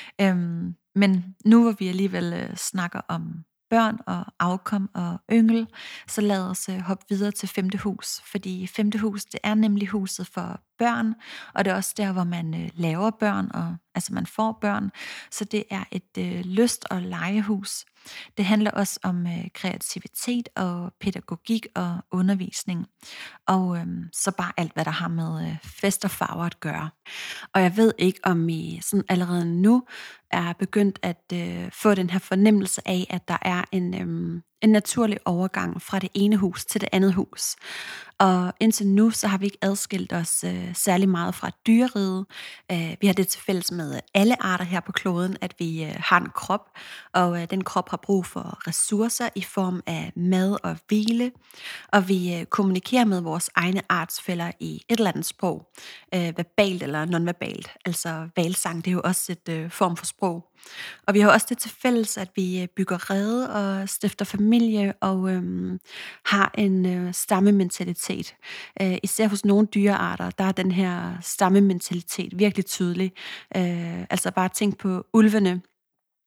Men nu hvor vi alligevel snakker om børn og afkom og yngel, så lad os hoppe videre til 5. hus, fordi 5. hus, det er nemlig huset for børn, og det er også der, hvor man laver børn, og altså man får børn, så det er et lyst- og legehus. Det handler også om kreativitet og pædagogik og undervisning, og så bare alt, hvad der har med fest og farver at gøre. Og jeg ved ikke, om I sådan allerede nu er begyndt at få den her fornemmelse af, at der er en naturlig overgang fra det ene hus til det andet hus. Og indtil nu, så har vi ikke adskilt os særlig meget fra dyreriget. Vi har det til fælles med alle arter her på kloden, at vi har en krop, og den krop har brug for ressourcer i form af mad og hvile. Og vi kommunikerer med vores egne artsfæller i et eller andet sprog, verbalt eller nonverbalt. Altså hvalsang, det er jo også et form for sprog. Og vi har også det til fælles, at vi bygger rede og stifter familie og har en stammementalitet. Især hos nogle dyrearter, der er den her stammementalitet virkelig tydelig. Altså bare tænk på ulvene.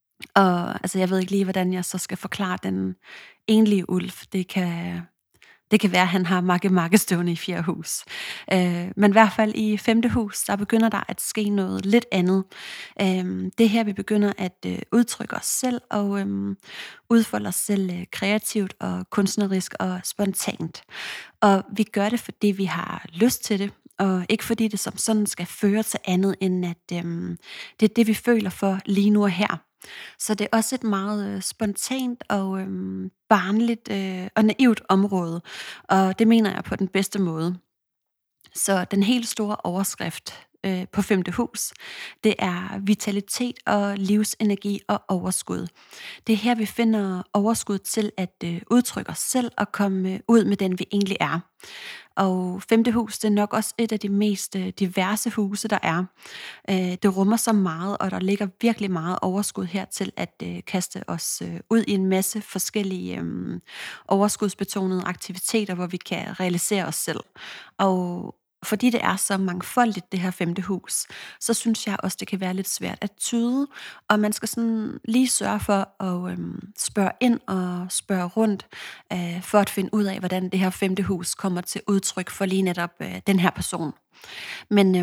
Og altså jeg ved ikke lige, hvordan jeg så skal forklare den enlige ulv. Det Det kan være, at han har makke stående i fjerde hus. Men i hvert fald i femte hus, der begynder der at ske noget lidt andet. Det er her, vi begynder at udtrykke os selv og udfolde os selv kreativt og kunstnerisk og spontant. Og vi gør det, fordi vi har lyst til det, og ikke fordi det som sådan skal føre til andet, end at det er det, vi føler for lige nu og her. Så det er også et meget spontant og barnligt og naivt område, og det mener jeg på den bedste måde. Så den helt store overskrift på femte hus, det er vitalitet og livsenergi og overskud. Det er her, vi finder overskud til at udtrykke os selv og komme ud med den, vi egentlig er. Og femte hus, det er nok også et af de mest diverse huse, der er. Det rummer så meget, og der ligger virkelig meget overskud her til at kaste os ud i en masse forskellige overskudsbetonede aktiviteter, hvor vi kan realisere os selv. Og fordi det er så mangfoldigt, det her femte hus, så synes jeg også, det kan være lidt svært at tyde, og man skal sådan lige sørge for at spørge ind og spørge rundt, for at finde ud af, hvordan det her femte hus kommer til udtryk for lige netop den her person. Men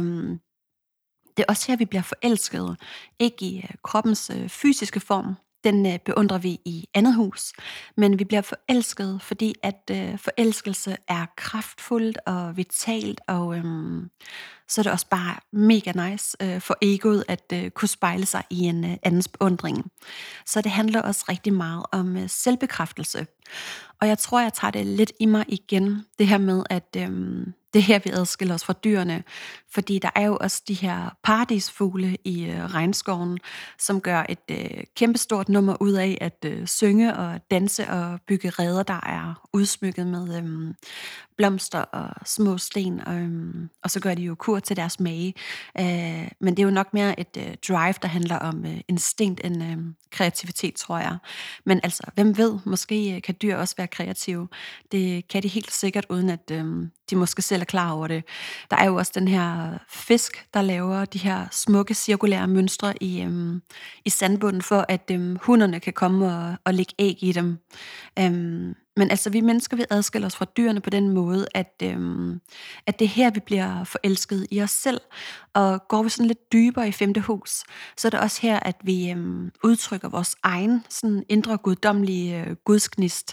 det er også her, vi bliver forelskede. Ikke i kroppens fysiske form. Den beundrer vi i andet hus. Men vi bliver forelskede, fordi at forelskelse er kraftfuldt og vitalt, og så er det også bare mega nice for egoet at kunne spejle sig i en andens beundring. Så det handler også rigtig meget om selvbekræftelse. Og jeg tror, jeg tager det lidt i mig igen, det her med, at det er her, vi adskiller os fra dyrene. Fordi der er jo også de her paradisfugle i regnskoven, som gør et kæmpestort nummer ud af at synge og danse og bygge reder, der er udsmykket med blomster og små sten, og så gør de jo kur til deres mage. Men det er jo nok mere et drive, der handler om instinkt end kreativitet, tror jeg. Men altså, hvem ved, måske kan dyr også være kreative. Det kan de helt sikkert, uden at de måske selv er klar over det. Der er jo også den her fisk, der laver de her smukke cirkulære mønstre i sandbunden, for at hunderne kan komme og lægge æg i dem. Men altså, vi mennesker, vi adskiller os fra dyrene på den måde, at det er her, vi bliver forelsket i os selv. Og går vi sådan lidt dybere i femte hus, så er det også her, at vi udtrykker vores egen sådan indre guddommelige gudsgnist.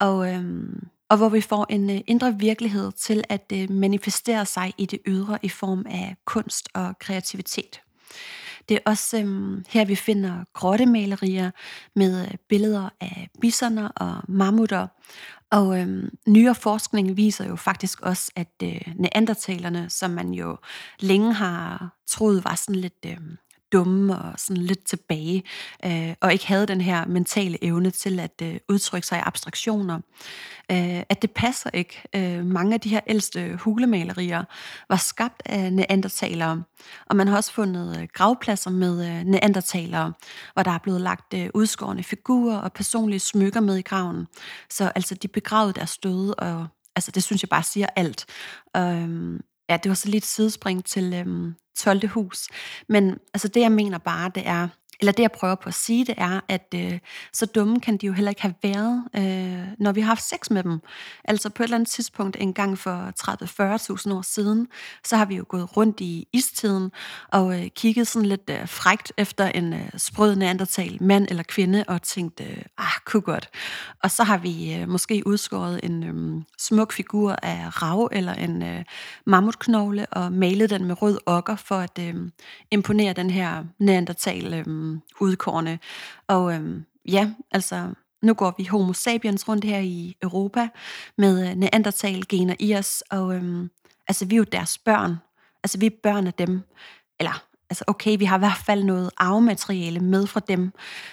Og hvor vi får en indre virkelighed til at manifestere sig i det ydre i form af kunst og kreativitet. Det er også her, vi finder grottemalerier med billeder af bisoner og mammutter. Og nyere forskning viser jo faktisk også, at neandertalerne, som man jo længe har troet var sådan lidt dumme og sådan lidt tilbage, og ikke havde den her mentale evne til at udtrykke sig i abstraktioner, at det passer ikke. Mange af de her ældste hulemalerier var skabt af neandertalere, og man har også fundet gravpladser med neandertalere, hvor der er blevet lagt udskårne figurer og personlige smykker med i graven. Så altså, de begravede deres døde, og altså, det synes jeg bare siger alt. Ja, det var så lidt et sidespring til 12. hus. Men altså det, jeg mener bare, det er, eller det, jeg prøver på at sige, det er, at så dumme kan de jo heller ikke have været, når vi har haft sex med dem. Altså på et eller andet tidspunkt, en gang for 30-40.000 år siden, så har vi jo gået rundt i istiden og kigget sådan lidt frækt efter en sprød neandertal mand eller kvinde og tænkt, kunne godt. Og så har vi måske udskåret en smuk figur af rav eller en mammutknogle og malet den med rød okker for at imponere den her neandertal udkårne. Og ja, altså nu går vi homo sapiens rundt her i Europa med neandertal-gener i os, og altså vi er jo deres børn. Altså vi er børn af dem. Eller altså okay, vi har i hvert fald noget arvemateriale med fra dem.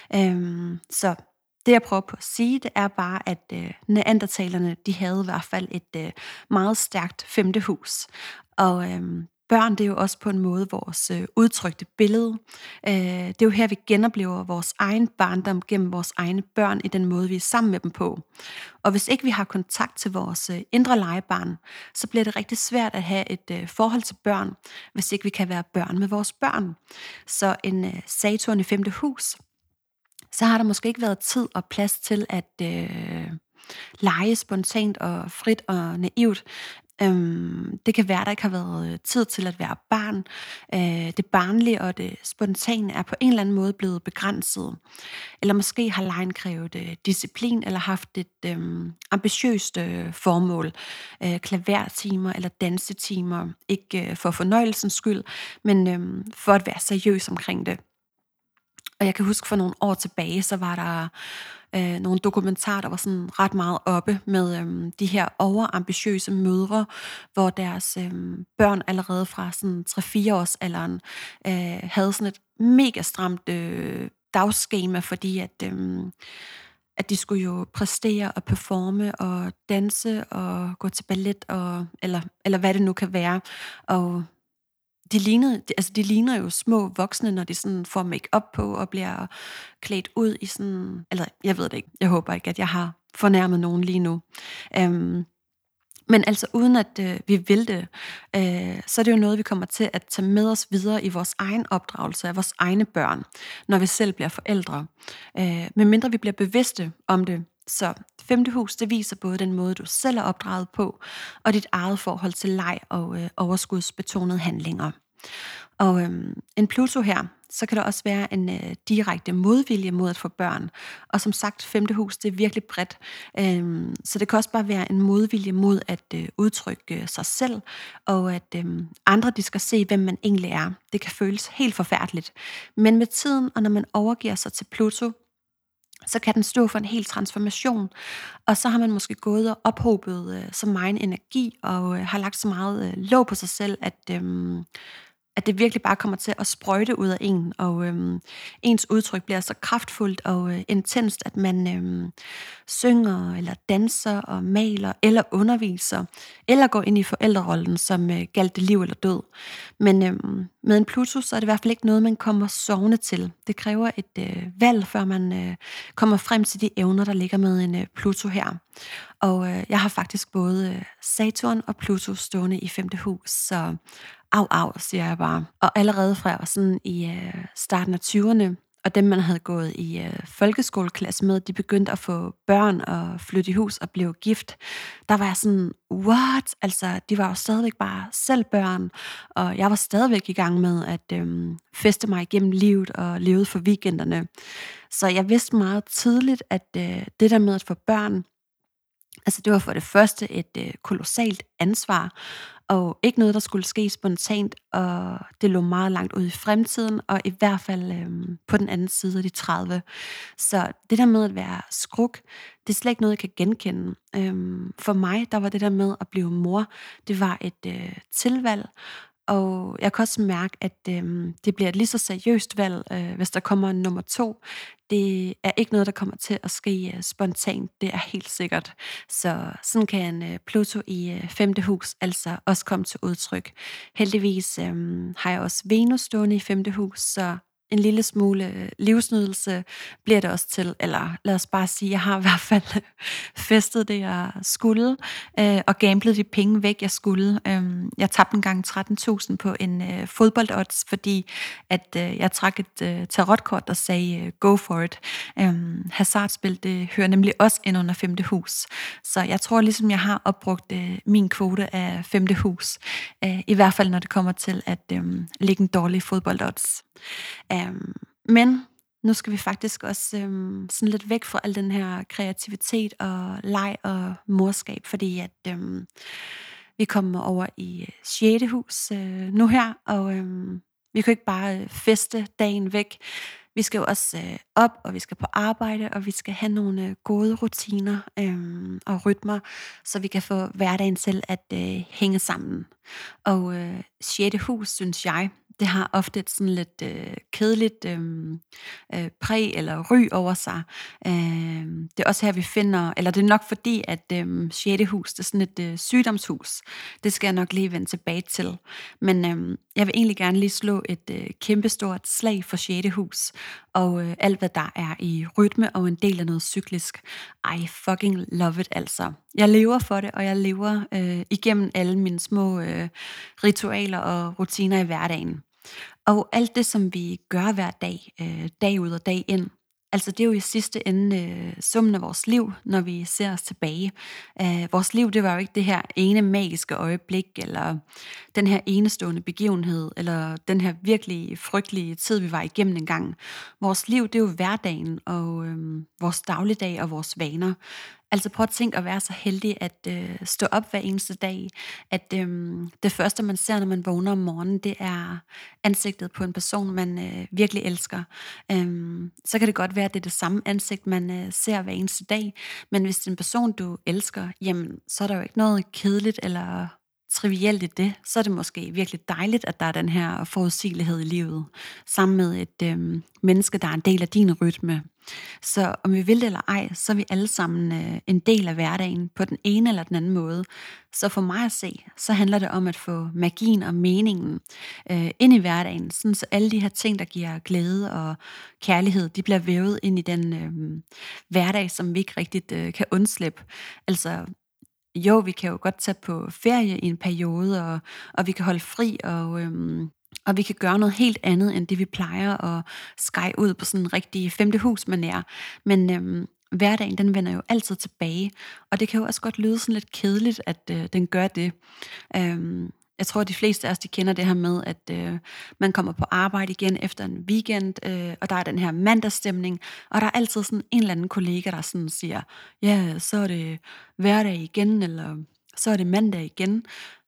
Så det jeg prøver på at sige, det er bare, at neandertalerne, de havde i hvert fald et meget stærkt femte hus. Og børn, det er jo også på en måde vores udtrykte billede. Det er jo her, vi genoplever vores egen barndom gennem vores egne børn i den måde, vi er sammen med dem på. Og hvis ikke vi har kontakt til vores indre legebarn, så bliver det rigtig svært at have et forhold til børn, hvis ikke vi kan være børn med vores børn. Så en Saturn i femte hus, så har der måske ikke været tid og plads til at lege spontant og frit og naivt. Det kan være, der ikke har været tid til at være barn. Det barnlige og det spontane er på en eller anden måde blevet begrænset. Eller måske har legen krævet disciplin eller haft et ambitiøst formål. Klavertimer eller dansetimer. Ikke for fornøjelsens skyld, men for at være seriøs omkring det. Og jeg kan huske for nogle år tilbage, så var der nogle dokumentarer, der var sådan ret meget oppe med de her overambitiøse mødre, hvor deres børn allerede fra sådan 3-4 års alderen havde sådan et mega stramt dagsskema, fordi at de skulle jo præstere og performe og danse og gå til ballet eller hvad det nu kan være. Og de ligner jo små voksne, når de sådan får make-up på og bliver klædt ud i sådan, eller jeg ved det ikke. Jeg håber ikke, at jeg har fornærmet nogen lige nu. Men altså uden at vi vil det, så er det jo noget, vi kommer til at tage med os videre i vores egen opdragelse af vores egne børn, når vi selv bliver forældre. Medmindre vi bliver bevidste om det. Så femte hus, det viser både den måde, du selv er opdraget på, og dit eget forhold til leg og overskudsbetonede handlinger. Og en Pluto her, så kan der også være en direkte modvilje mod at få børn. Og som sagt, femte hus, det er virkelig bredt. Så det kan også bare være en modvilje mod at udtrykke sig selv, og at andre de skal se, hvem man egentlig er. Det kan føles helt forfærdeligt. Men med tiden, og når man overgiver sig til Pluto, så kan den stå for en hel transformation. Og så har man måske gået og ophobet så meget energi, og har lagt så meget låg på sig selv, at det virkelig bare kommer til at sprøjte ud af en, og ens udtryk bliver så kraftfuldt og intenst, at man synger, eller danser, og maler, eller underviser, eller går ind i forældrerollen, som galt det liv eller død. Men med en Pluto, så er det i hvert fald ikke noget, man kommer sovende til. Det kræver et valg, før man kommer frem til de evner, der ligger med en Pluto her. Og jeg har faktisk både Saturn og Pluto stående i femte hus, så au, siger jeg bare. Og allerede fra jeg var sådan i starten af 20'erne, og dem, man havde gået i folkeskoleklasse med, de begyndte at få børn og flytte i hus og blev gift. Der var jeg sådan, what? Altså, de var jo stadigvæk bare selv børn, og jeg var stadigvæk i gang med at feste mig igennem livet og levede for weekenderne. Så jeg vidste meget tidligt, at det der med at få børn, altså det var for det første et kolossalt ansvar, og ikke noget, der skulle ske spontant, og det lå meget langt ud i fremtiden, og i hvert fald på den anden side af de 30. Så det der med at være skruk, det er slet ikke noget, jeg kan genkende. For mig, der var det der med at blive mor, det var et tilvalg, og jeg kan også mærke, at det bliver et lige så seriøst valg, hvis der kommer en nummer 2. Det er ikke noget, der kommer til at ske spontant, det er helt sikkert. Så sådan kan en Pluto i femte hus altså også komme til udtryk. Heldigvis har jeg også Venus stående i femte hus, så en lille smule livsnydelse bliver det også til. Eller lad os bare sige, jeg har i hvert fald festet det, jeg skulle, og gamblet de penge væk, jeg skulle. Jeg tabte engang 13.000 på en fodboldodds, fordi at jeg trak et tarotkort, der sagde go for it. Hasardspil, det hører nemlig også ind under femte hus. Så jeg tror ligesom, jeg har opbrugt min kvote af femte hus. I hvert fald, når det kommer til at lægge en dårlig fodboldodds. Men nu skal vi faktisk også sådan lidt væk fra al den her kreativitet og leg og morskab, fordi at vi kommer over i 6. hus nu her, og vi kan ikke bare feste dagen væk. Vi skal jo også op, og vi skal på arbejde, og vi skal have nogle gode rutiner og rytmer, så vi kan få hverdagen til at hænge sammen. Og 6. hus, synes jeg, det har ofte et sådan lidt kedeligt præg eller ry over sig. Det er også her, vi finder, eller det er nok fordi, at 6. hus, det er sådan et sygdomshus. Det skal jeg nok lige vende tilbage til. Men jeg vil egentlig gerne lige slå et kæmpestort slag for 6. hus, og alt, hvad der er i rytme og en del af noget cyklisk. I fucking love it, altså. Jeg lever for det, og jeg lever igennem alle mine små ritualer og rutiner i hverdagen. Og alt det, som vi gør hver dag, dag ud og dag ind, Altså, det er jo i sidste ende summen af vores liv, når vi ser os tilbage. Vores liv, det var jo ikke det her ene magiske øjeblik, eller den her enestående begivenhed, eller den her virkelig frygtelige tid, vi var igennem engang. Vores liv, det er jo hverdagen, og vores dagligdag og vores vaner. Altså prøv at tænke at være så heldig at stå op hver eneste dag, at det første, man ser, når man vågner om morgenen, det er ansigtet på en person, man virkelig elsker. Så kan det godt være, at det er det samme ansigt, man ser hver eneste dag, men hvis det er en person, du elsker, jamen, så er der jo ikke noget kedeligt eller trivielt i det. Så er det måske virkelig dejligt, at der er den her forudsigelighed i livet, sammen med et menneske, der er en del af din rytme. Så om vi vil det eller ej, så er vi alle sammen en del af hverdagen på den ene eller den anden måde. Så for mig at se, så handler det om at få magien og meningen ind i hverdagen, sådan så alle de her ting, der giver glæde og kærlighed, de bliver vævet ind i den hverdag, som vi ikke rigtigt kan undslippe. Altså, jo, vi kan jo godt tage på ferie i en periode, og vi kan holde fri, og vi kan gøre noget helt andet, end det vi plejer at skære ud på sådan en rigtig femte husmanér. Men hverdagen, den vender jo altid tilbage, og det kan jo også godt lyde sådan lidt kedeligt, at den gør det. Jeg tror, at de fleste af os, de kender det her med, at man kommer på arbejde igen efter en weekend, og der er den her mandagsstemning, og der er altid sådan en eller anden kollega, der sådan siger, ja, så er det hverdag igen, eller så er det mandag igen.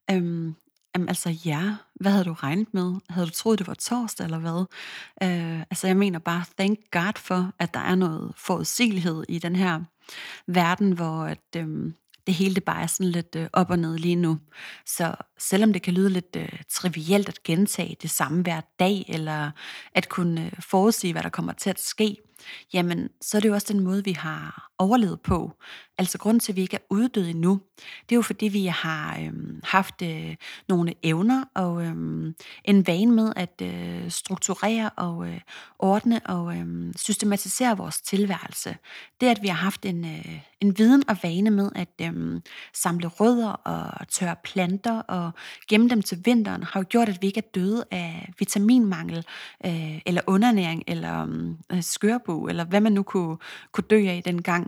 Jamen altså ja, hvad havde du regnet med? Havde du troet, det var torsdag eller hvad? Altså jeg mener bare, thank God for, at der er noget forudsigelighed i den her verden, hvor det hele det bare er sådan lidt op og ned lige nu. Så selvom det kan lyde lidt trivielt at gentage det samme hver dag, eller at kunne forudsige, hvad der kommer til at ske, jamen så er det jo også den måde, vi har overlevet på. Altså grund til, at vi ikke er uddøde endnu, det er jo fordi, vi har haft nogle evner og en vane med at strukturere og ordne og systematisere vores tilværelse. Det, at vi har haft en viden og vane med at samle rødder og tørre planter og gemme dem til vinteren, har jo gjort, at vi ikke er døde af vitaminmangel eller undernæring eller skørbu, eller hvad man nu kunne dø af dengang.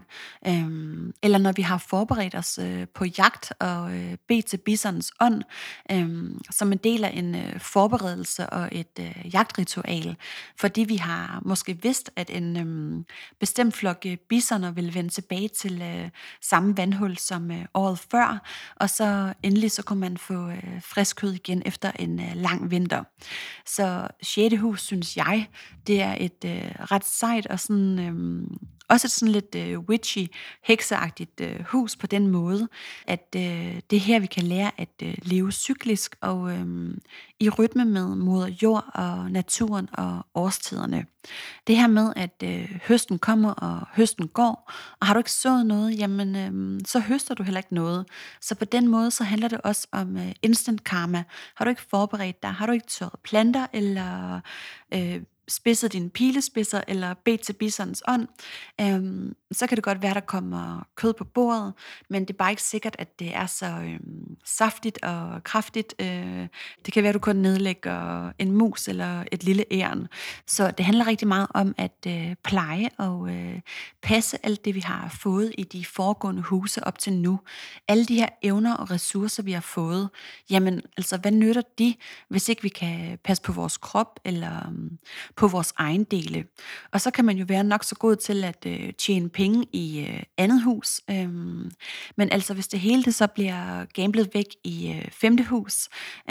Eller når vi har forberedt os på jagt og bedt til bisonens ånd, som en del af en forberedelse og et jagtritual, fordi vi har måske vidst, at en bestemt flok bisoner vil vende tilbage til samme vandhul som året før, og så endelig så kunne man få frisk kød igen efter en lang vinter. Så 6. hus, synes jeg, det er et ret sejt og sådan også et sådan lidt witchy, hekseagtigt hus på den måde, at det er her, vi kan lære at leve cyklisk og i rytme med moder jord og naturen og årstiderne. Det her med, at høsten kommer og høsten går, og har du ikke sået noget, jamen så høster du heller ikke noget. Så på den måde, så handler det også om instant karma. Har du ikke forberedt dig, har du ikke tørret planter, eller spidset dine pilespidser, eller bedt til bisons ånd, så kan det godt være, der kommer kød på bordet, men det er bare ikke sikkert, at det er så saftigt og kraftigt. Det kan være, du kun nedlægger en mus eller et lille æren. Så det handler rigtig meget om at pleje og passe alt det, vi har fået i de foregående huse op til nu. Alle de her evner og ressourcer, vi har fået, jamen altså, hvad nytter de, hvis ikke vi kan passe på vores krop eller på vores egen dele? Og så kan man jo være nok så god til at tjene penge i andet hus. Men altså, hvis det hele det så bliver gamblet væk i 5. hus,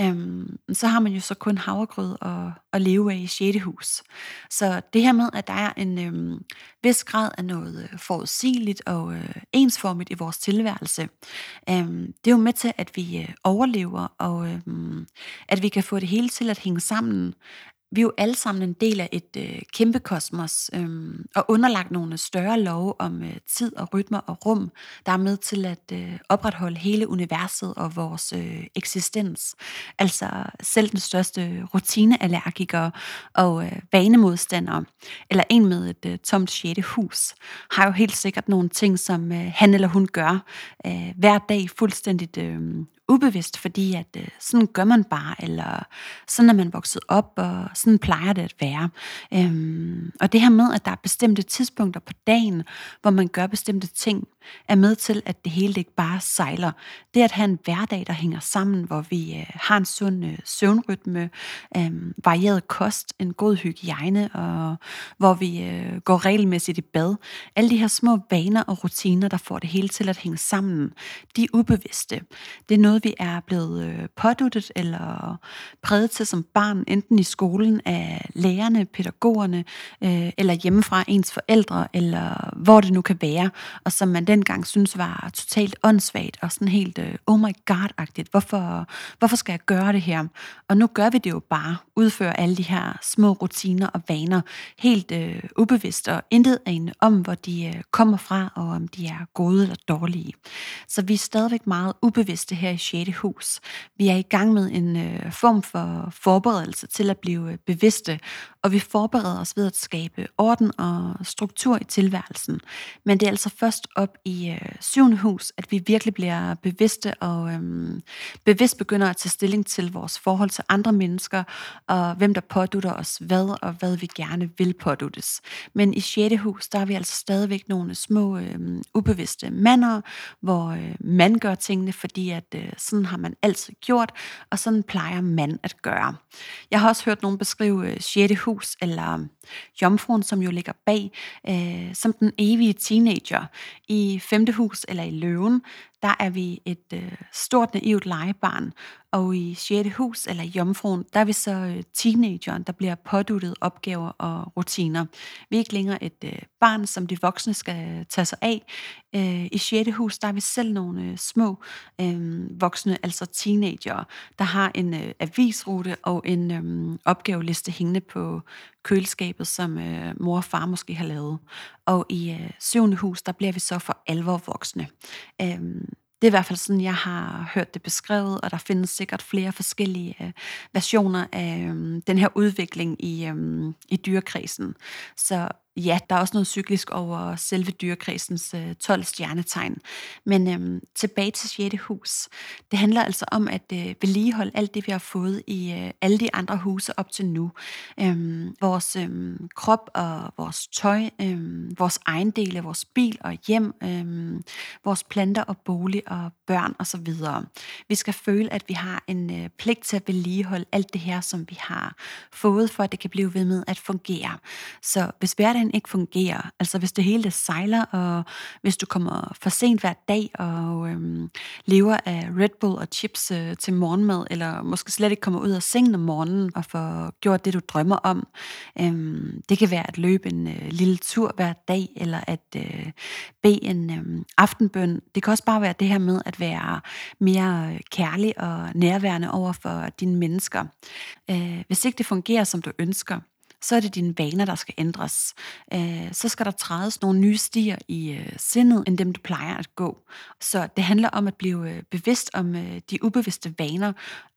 så har man jo så kun havregrød at leve af i 6. hus. Så det her med, at der er en vis grad af noget forudsigeligt og ensformigt i vores tilværelse, det er jo med til, at vi overlever, og at vi kan få det hele til at hænge sammen. Vi er jo alle sammen en del af et kæmpe kosmos, og underlagt nogle større love om tid og rytmer og rum, der er med til at opretholde hele universet og vores eksistens. Altså selv den største rutineallergiker og vanemodstander, eller en med et tomt 6. hus, har jo helt sikkert nogle ting, som han eller hun gør hver dag fuldstændigt ubevidst, fordi at sådan gør man bare, eller sådan er man vokset op, og sådan plejer det at være. Og det her med, at der er bestemte tidspunkter på dagen, hvor man gør bestemte ting, er med til, at det hele ikke bare sejler. Det at have en hverdag, der hænger sammen, hvor vi har en sund søvnrytme, varieret kost, en god hygiejne, og hvor vi går regelmæssigt i bad. Alle de her små vaner og rutiner, der får det hele til at hænge sammen, de er ubevidste. Det er noget, vi er blevet påduttet eller præget til som barn, enten i skolen af lærerne, pædagogerne, eller hjemmefra ens forældre, eller hvor det nu kan være, og som man dengang synes var totalt åndssvagt og sådan helt oh my god-agtigt. Hvorfor skal jeg gøre det her? Og nu gør vi det jo bare, udfører alle de her små rutiner og vaner helt ubevidst og intet anende om, hvor de kommer fra, og om de er gode eller dårlige. Så vi er stadigvæk meget ubevidste her i 6. hus. Vi er i gang med en form for forberedelse til at blive bevidste, og vi forbereder os ved at skabe orden og struktur i tilværelsen. Men det er altså først op i 7. hus, at vi virkelig bliver bevidste og bevidst begynder at tage stilling til vores forhold til andre mennesker, og hvem der pådutter os hvad, og hvad vi gerne vil påduttes. Men i 6. hus, der er vi altså stadigvæk nogle små ubevidste mander, hvor man gør tingene, fordi at sådan har man altid gjort, og sådan plejer man at gøre. Jeg har også hørt nogen beskrive 6. hus, eller jomfruen, som jo ligger bag, som den evige teenager. I 5. hus, eller i løven, der er vi et stort naivt legebarn, og i 6. hus, eller i jomfruen, der er vi så teenageren, der bliver påduttet opgaver og rutiner. Vi er ikke længere et barn, som de voksne skal tage sig af. I 6. hus, der er vi selv nogle små voksne, altså teenager, der har en avisrute og en opgaveliste hængende på køleskabet, som mor og far måske har lavet. Og i 7. hus, der bliver vi så for alvor voksne. Det er i hvert fald sådan, jeg har hørt det beskrevet, og der findes sikkert flere forskellige versioner af den her udvikling i dyrekredsen. Så ja, der er også noget cyklisk over selve dyrekredsens 12 stjernetegn. Men tilbage til 6. hus. Det handler altså om at vedligeholde alt det, vi har fået i alle de andre huse op til nu. Vores krop og vores tøj, vores ejendele, vores bil og hjem, vores planter og bolig og børn osv. Vi skal føle, at vi har en pligt til at vedligeholde alt det her, som vi har fået, for at det kan blive ved med at fungere. Så hvis hverdagen ikke fungerer, altså hvis det hele det sejler, og hvis du kommer for sent hver dag og lever af Red Bull og chips til morgenmad, eller måske slet ikke kommer ud af sengen om morgenen og får gjort det, du drømmer om. Det kan være at løbe en lille tur hver dag, eller at bede en aftenbøn. Det kan også bare være det her med at være mere kærlig og nærværende over for dine mennesker. Hvis ikke det fungerer, som du ønsker, så er det dine vaner, der skal ændres. Så skal der trædes nogle nye stier i sindet, end dem du plejer at gå. Så det handler om at blive bevidst om de ubevidste vaner.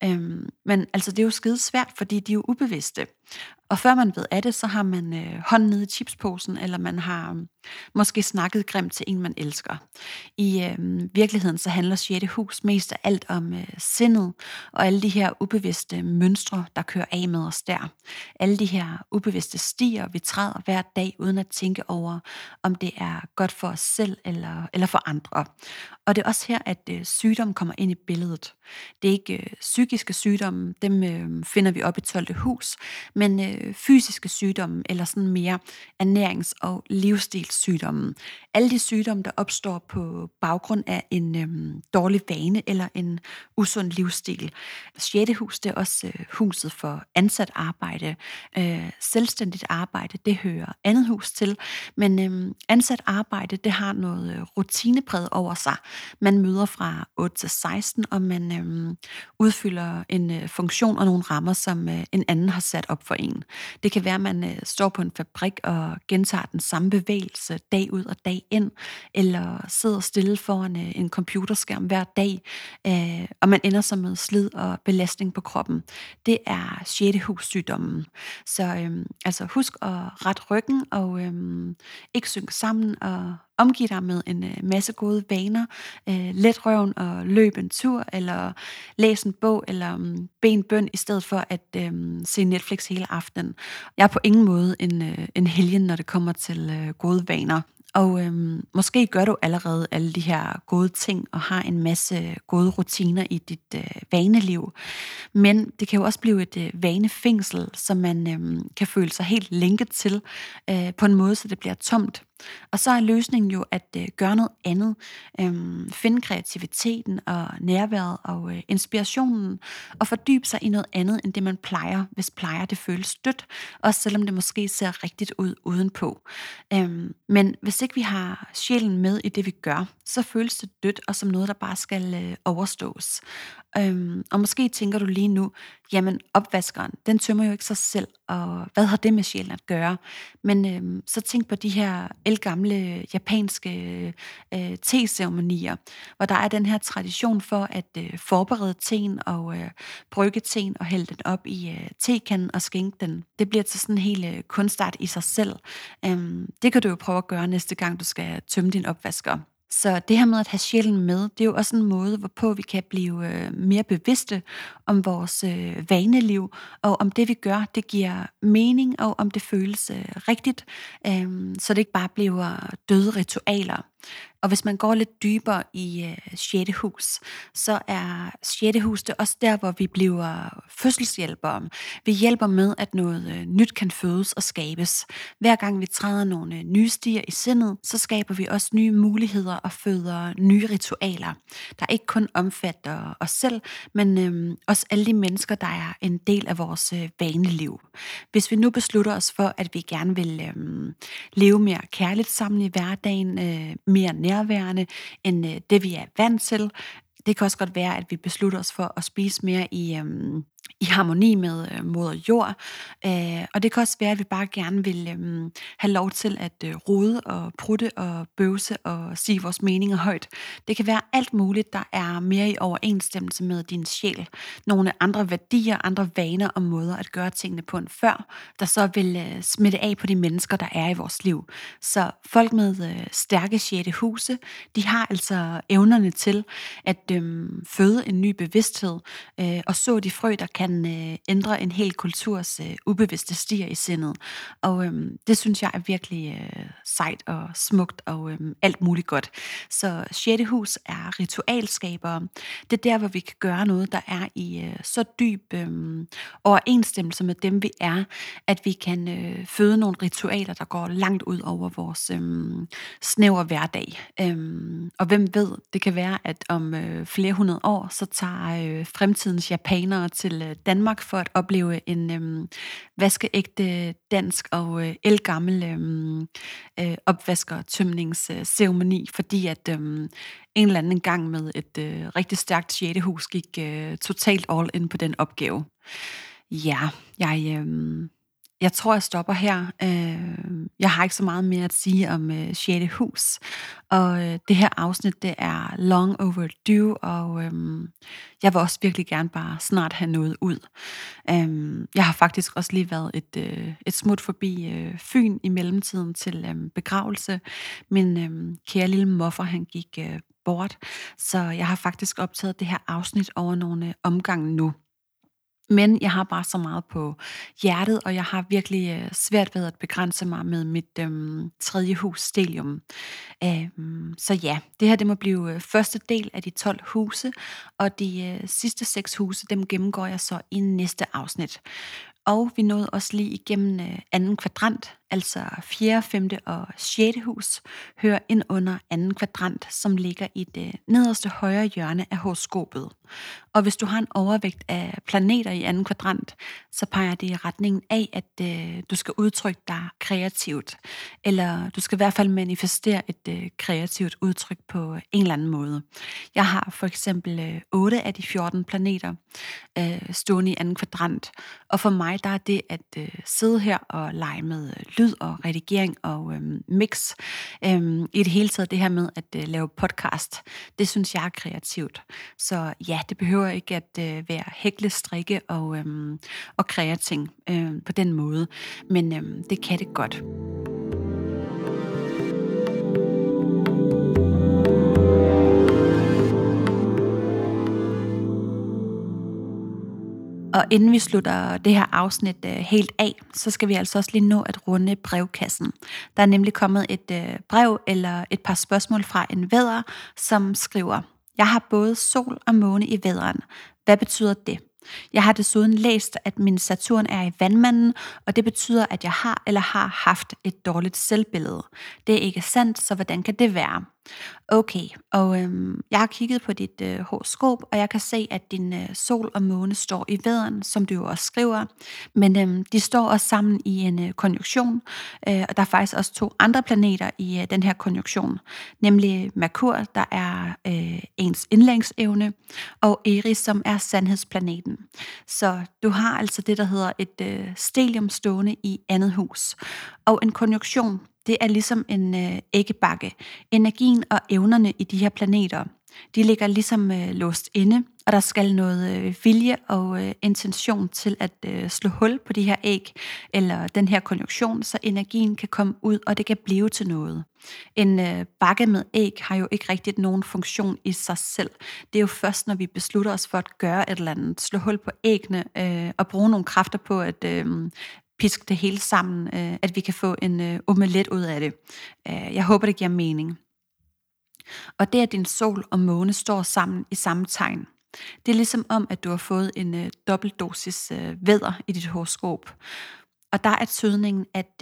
Men altså, det er jo skide svært, fordi de er jo ubevidste. Og før man ved af det, så har man hånden nede i chipsposen, eller man har måske snakket grimt til en, man elsker. I virkeligheden så handler 6. hus mest af alt om sindet, og alle de her ubevidste mønstre, der kører af med os der. Alle de her ubevidste stier, vi træder hver dag, uden at tænke over, om det er godt for os selv eller for andre. Og det er også her, at sygdom kommer ind i billedet. Det er ikke psykiske sygdomme, dem finder vi op i 12. hus, men fysiske sygdomme, eller sådan mere ernærings- og livsstilssygdomme. Alle de sygdomme, der opstår på baggrund af en dårlig vane eller en usund livsstil. 6. hus, det er også huset for ansat arbejde. Selvstændigt arbejde, det hører andet hus til, men ansat arbejde, det har noget rutinepræget over sig. Man møder fra 8 til 16, og man udfylder en funktion og nogle rammer, som en anden har sat op for en. Det kan være, at man står på en fabrik og gentager den samme bevægelse dag ud og dag ind, eller sidder stille foran en computerskærm hver dag, og man ender så med slid og belastning på kroppen. Det er 6. hus-sygdommen. Så altså husk at rette ryggen og ikke synke sammen, og omgive dig med en masse gode vaner. Let røven og løb en tur, eller læs en bog, eller bed en bøn, i stedet for at se Netflix hele aftenen. Jeg er på ingen måde en helgen, når det kommer til gode vaner. Og måske gør du allerede alle de her gode ting og har en masse gode rutiner i dit vaneliv. Men det kan jo også blive et vanefængsel, som man kan føle sig helt lænket til på en måde, så det bliver tomt. Og så er løsningen jo at gøre noget andet. Finde kreativiteten og nærværet og inspirationen og fordybe sig i noget andet, end det man plejer, hvis plejer det føles dødt, også selvom det måske ser rigtigt ud udenpå. Men hvis ikke vi har sjælen med i det, vi gør, så føles det dødt og som noget, der bare skal overstås. Og måske tænker du lige nu, jamen opvaskeren, den tømmer jo ikke sig selv, og hvad har det med sjælen at gøre? Men så tænk på de her ældgamle japanske teceremonier, hvor der er den her tradition for at forberede teen og brygge teen og hælde den op i tekanden og skænke den. Det bliver til sådan en helt kunstart i sig selv. Det kan du jo prøve at gøre næste gang, du skal tømme din opvasker. Så det her med at have sjælen med, det er jo også en måde, hvorpå vi kan blive mere bevidste om vores vaneliv, og om det vi gør, det giver mening, og om det føles rigtigt, så det ikke bare bliver døde ritualer. Og hvis man går lidt dybere i 6. hus, så er 6. hus det også der, hvor vi bliver fødselshjælpere. Vi hjælper med, at noget nyt kan fødes og skabes. Hver gang vi træder nogle nye stier i sindet, så skaber vi også nye muligheder og føder nye ritualer, der ikke kun omfatter os selv, men også alle de mennesker, der er en del af vores vaneliv. Hvis vi nu beslutter os for, at vi gerne vil leve mere kærligt sammen i hverdagen, mere nærværende end det, vi er vant til. Det kan også godt være, at vi beslutter os for at spise mere i harmoni med moder jord. Og det kan også være, at vi bare gerne vil have lov til at rode og prutte og bøvse og sige vores meninger højt. Det kan være alt muligt, der er mere i overensstemmelse med din sjæl. Nogle andre værdier, andre vaner og måder at gøre tingene på end før, der så vil smitte af på de mennesker, der er i vores liv. Så folk med stærke 6. huse, de har altså evnerne til at føde en ny bevidsthed og så de frø, der kan ændre en hel kulturs ubevidste stier i sindet. Og det synes jeg er virkelig sejt og smukt og alt muligt godt. Så 6. hus er ritualskabere. Det er der, hvor vi kan gøre noget, der er i så dyb overensstemmelse med dem, vi er, at vi kan føde nogle ritualer, der går langt ud over vores snævre hverdag. Og hvem ved, det kan være, at om flere hundrede år, så tager fremtidens japanere til Danmark for at opleve en vaskeægte dansk og ældgammel opvaskertømningsceremoni, fordi at en eller anden gang med et rigtig stærkt 6. hus gik totalt all in på den opgave. Ja, jeg tror, jeg stopper her. Jeg har ikke så meget mere at sige om 6. hus. Og det her afsnit, det er long overdue, og jeg vil også virkelig gerne bare snart have noget ud. Jeg har faktisk også lige været et smut forbi Fyn i mellemtiden til begravelse. Min kære lille moffer, han gik bort. Så jeg har faktisk optaget det her afsnit over nogle omgange nu. Men jeg har bare så meget på hjertet, og jeg har virkelig svært ved at begrænse mig med mit 3. hus stelium. Så ja, det her det må blive første del af de 12 huse, og de sidste 6 huse, dem gennemgår jeg så i næste afsnit. Og vi nåede også lige igennem anden kvadrant, altså 4., 5. og 6. hus, hører ind under anden kvadrant, som ligger i det nederste højre hjørne af horoskopet. Og hvis du har en overvægt af planeter i anden kvadrant, så peger det i retningen af, at du skal udtrykke dig kreativt. Eller du skal i hvert fald manifestere et kreativt udtryk på en eller anden måde. Jeg har for eksempel 8 af de 14 planeter stående i anden kvadrant. Og for mig der er det at sidde her og lege med lyd og redigering og mix. I det hele taget det her med at lave podcast, det synes jeg er kreativt. Så ja, det behøver ikke at være hækle, strikke og kreating på den måde. Men det kan det godt. Og inden vi slutter det her afsnit helt af, så skal vi altså også lige nå at runde brevkassen. Der er nemlig kommet et brev eller et par spørgsmål fra en vædder, som skriver: Jeg har både sol og måne i vædderen. Hvad betyder det? Jeg har desuden læst, at min Saturn er i vandmanden, og det betyder, at jeg har eller har haft et dårligt selvbillede. Det er ikke sandt, så hvordan kan det være? Okay, og jeg har kigget på dit horoskop, og jeg kan se, at din sol og måne står i vædderen, som du jo også skriver. Men de står også sammen i en konjunktion, og der er faktisk også 2 andre planeter i den her konjunktion, nemlig Merkur, der er ens indlæringsevne, og Eris, som er sandhedsplaneten. Så du har altså det, der hedder et stelium stående i andet hus. Og en konjunktion, det er ligesom en æggebakke. Energien og evnerne i de her planeter, de ligger ligesom låst inde, og der skal noget vilje og intention til at slå hul på de her æg, eller den her konjunktion, så energien kan komme ud, og det kan blive til noget. En bakke med æg har jo ikke rigtigt nogen funktion i sig selv. Det er jo først, når vi beslutter os for at gøre et eller andet, slå hul på æggene og bruge nogle kræfter på at piske det hele sammen, at vi kan få en omelet ud af det. Jeg håber, det giver mening. Og det, at din sol og måne står sammen i samme tegn, det er ligesom om, at du har fået en dobbeltdosis vædder i dit horoskop. Og der er tydningen,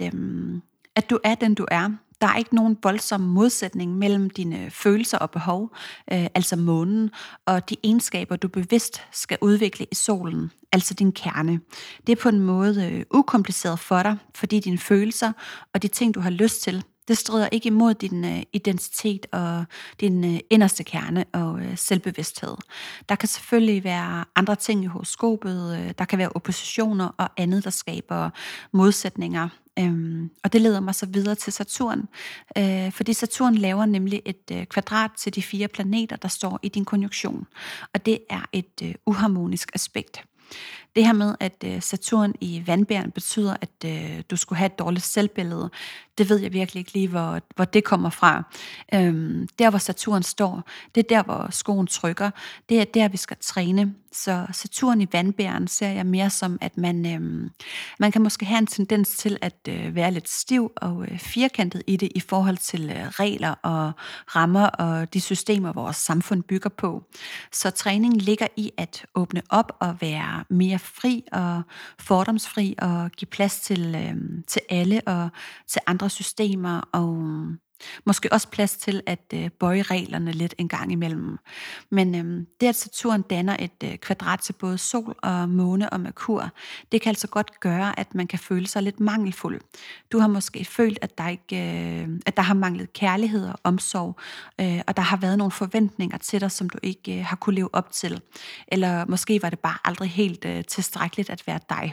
at du er den, du er. Der er ikke nogen voldsom modsætning mellem dine følelser og behov, altså månen, og de egenskaber, du bevidst skal udvikle i solen, altså din kerne. Det er på en måde ukompliceret for dig, fordi dine følelser og de ting, du har lyst til, det strider ikke imod din identitet og din inderste kerne og selvbevidsthed. Der kan selvfølgelig være andre ting i horoskopet, der kan være oppositioner og andet, der skaber modsætninger. Og det leder mig så videre til Saturn, fordi Saturn laver nemlig et kvadrat til de 4 planeter, der står i din konjunktion. Og det er et uharmonisk aspekt. Det her med, at Saturn i vandbæren betyder, at du skulle have et dårligt selvbillede, det ved jeg virkelig ikke lige, hvor det kommer fra. Der, hvor Saturn står, det er der, hvor skoen trykker. Det er der, vi skal træne. Så Saturn i vandbæren ser jeg mere som, at man kan måske have en tendens til at være lidt stiv og firkantet i det i forhold til regler og rammer og de systemer, vores samfund bygger på. Så træningen ligger i at åbne op og være mere fri og fordomsfri og give plads til alle og til andre systemer og måske også plads til at bøje reglerne lidt en gang imellem. Men det, at Saturn danner et kvadrat til både sol og måne og Merkur, det kan altså godt gøre, at man kan føle sig lidt mangelfuld. Du har måske følt, at der har manglet kærlighed og omsorg, og der har været nogle forventninger til dig, som du ikke har kunne leve op til. Eller måske var det bare aldrig helt tilstrækkeligt at være dig.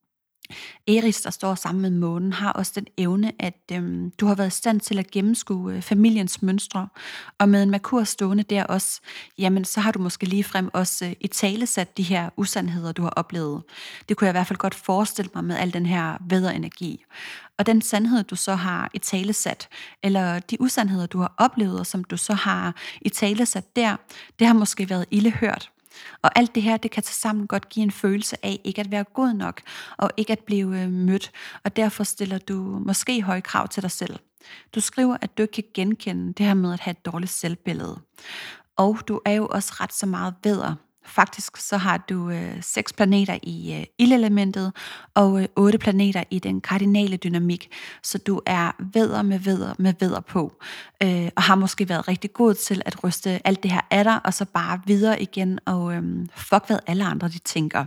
Eris, der står sammen med månen, har også den evne, at du har været i stand til at gennemskue familiens mønstre, og med en Merkur stående der også, jamen så har du måske ligefrem også italesat de her usandheder, du har oplevet. Det kunne jeg i hvert fald godt forestille mig med al den her vædderenergi. Og den sandhed, du så har italesat, eller de usandheder, du har oplevet, og som du så har italesat der, det har måske været ildehørt. Og alt det her, det kan tilsammen godt give en følelse af ikke at være god nok, og ikke at blive mødt, og derfor stiller du måske høje krav til dig selv. Du skriver, at du ikke kan genkende det her med at have et dårligt selvbillede. Og du er jo også ret så meget vædder. Faktisk så har du 6 planeter i ildelementet og 8 planeter i den kardinale dynamik. Så du er vædder med vædder på. Og har måske været rigtig god til at ryste alt det her af dig, og så bare videre igen og fuck hvad alle andre de tænker.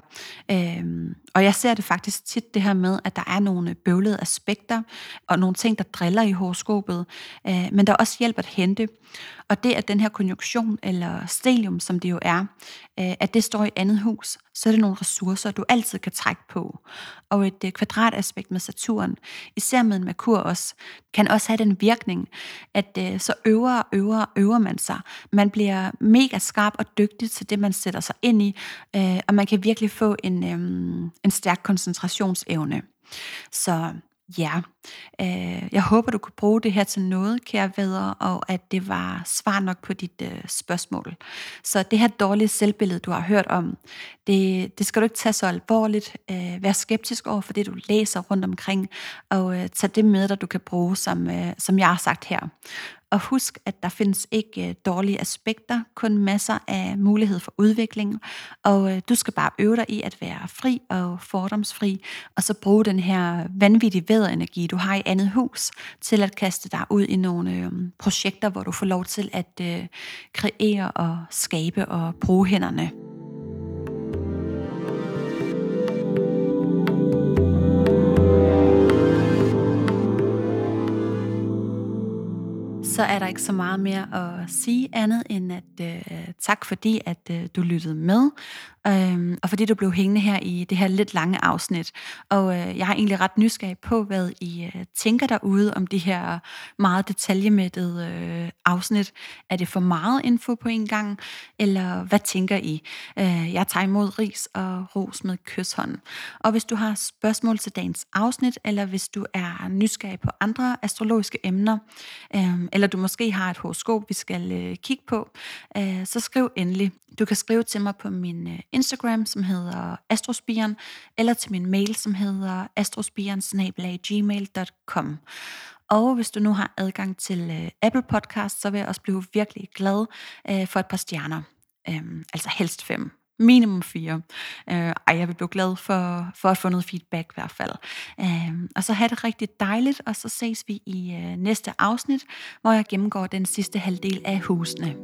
Og jeg ser det faktisk tit det her med, at der er nogle bøvlede aspekter og nogle ting, der driller i horoskopet, men der er også hjælp at hente. Og det, at den her konjunktion eller stelium, som det jo er, at det står i andet hus, så er det nogle ressourcer, du altid kan trække på. Og et kvadrataspekt med Saturn, især med en Merkur også, kan også have den virkning, at så øver man sig. Man bliver mega skarp og dygtig til det, man sætter sig ind i, og man kan virkelig få en stærk koncentrationsevne. Så Ja, jeg håber, du kunne bruge det her til noget, kære venner, og at det var svar nok på dit spørgsmål. Så det her dårlige selvbillede, du har hørt om, det skal du ikke tage så alvorligt. Vær skeptisk over for det, du læser rundt omkring, og tag det med dig, du kan bruge, som jeg har sagt her. Og husk, at der findes ikke dårlige aspekter, kun masser af mulighed for udvikling, og du skal bare øve dig i at være fri og fordomsfri, og så bruge den her vanvittige vædderenergi, du har i andet hus, til at kaste dig ud i nogle projekter, hvor du får lov til at kreere og skabe og bruge hænderne. Så er der ikke så meget mere at sige andet end at tak fordi, at du lyttede med, og fordi du blev hængende her i det her lidt lange afsnit. Og jeg har egentlig ret nysgerrig på, hvad I tænker derude om de her meget detaljemættede afsnit. Er det for meget info på en gang, eller hvad tænker I? Jeg tager imod ris og ros med kyshånd. Og hvis du har spørgsmål til dagens afsnit, eller hvis du er nysgerrig på andre astrologiske emner, eller du måske har et horoskop, vi skal kigge på, så skriv endelig. Du kan skrive til mig på min Instagram, som hedder astrospiren, eller til min mail, som hedder astrospiren@gmail.com. Og hvis du nu har adgang til Apple Podcast, så vil jeg også blive virkelig glad for et par stjerner. Altså helst 5. Minimum 4. Jeg vil blive glad for at få noget feedback i hvert fald. Og så have det rigtig dejligt, og så ses vi i næste afsnit, hvor jeg gennemgår den sidste halvdel af husene.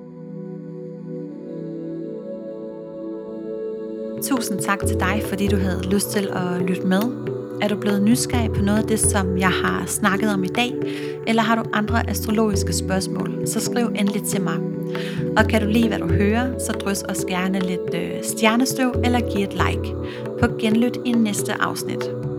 Tusind tak til dig, fordi du havde lyst til at lytte med. Er du blevet nysgerrig på noget af det, som jeg har snakket om i dag? Eller har du andre astrologiske spørgsmål, så skriv endelig til mig. Og kan du lide, hvad du hører, så drys os gerne lidt stjernestøv eller giv et like. På genlyt i næste afsnit.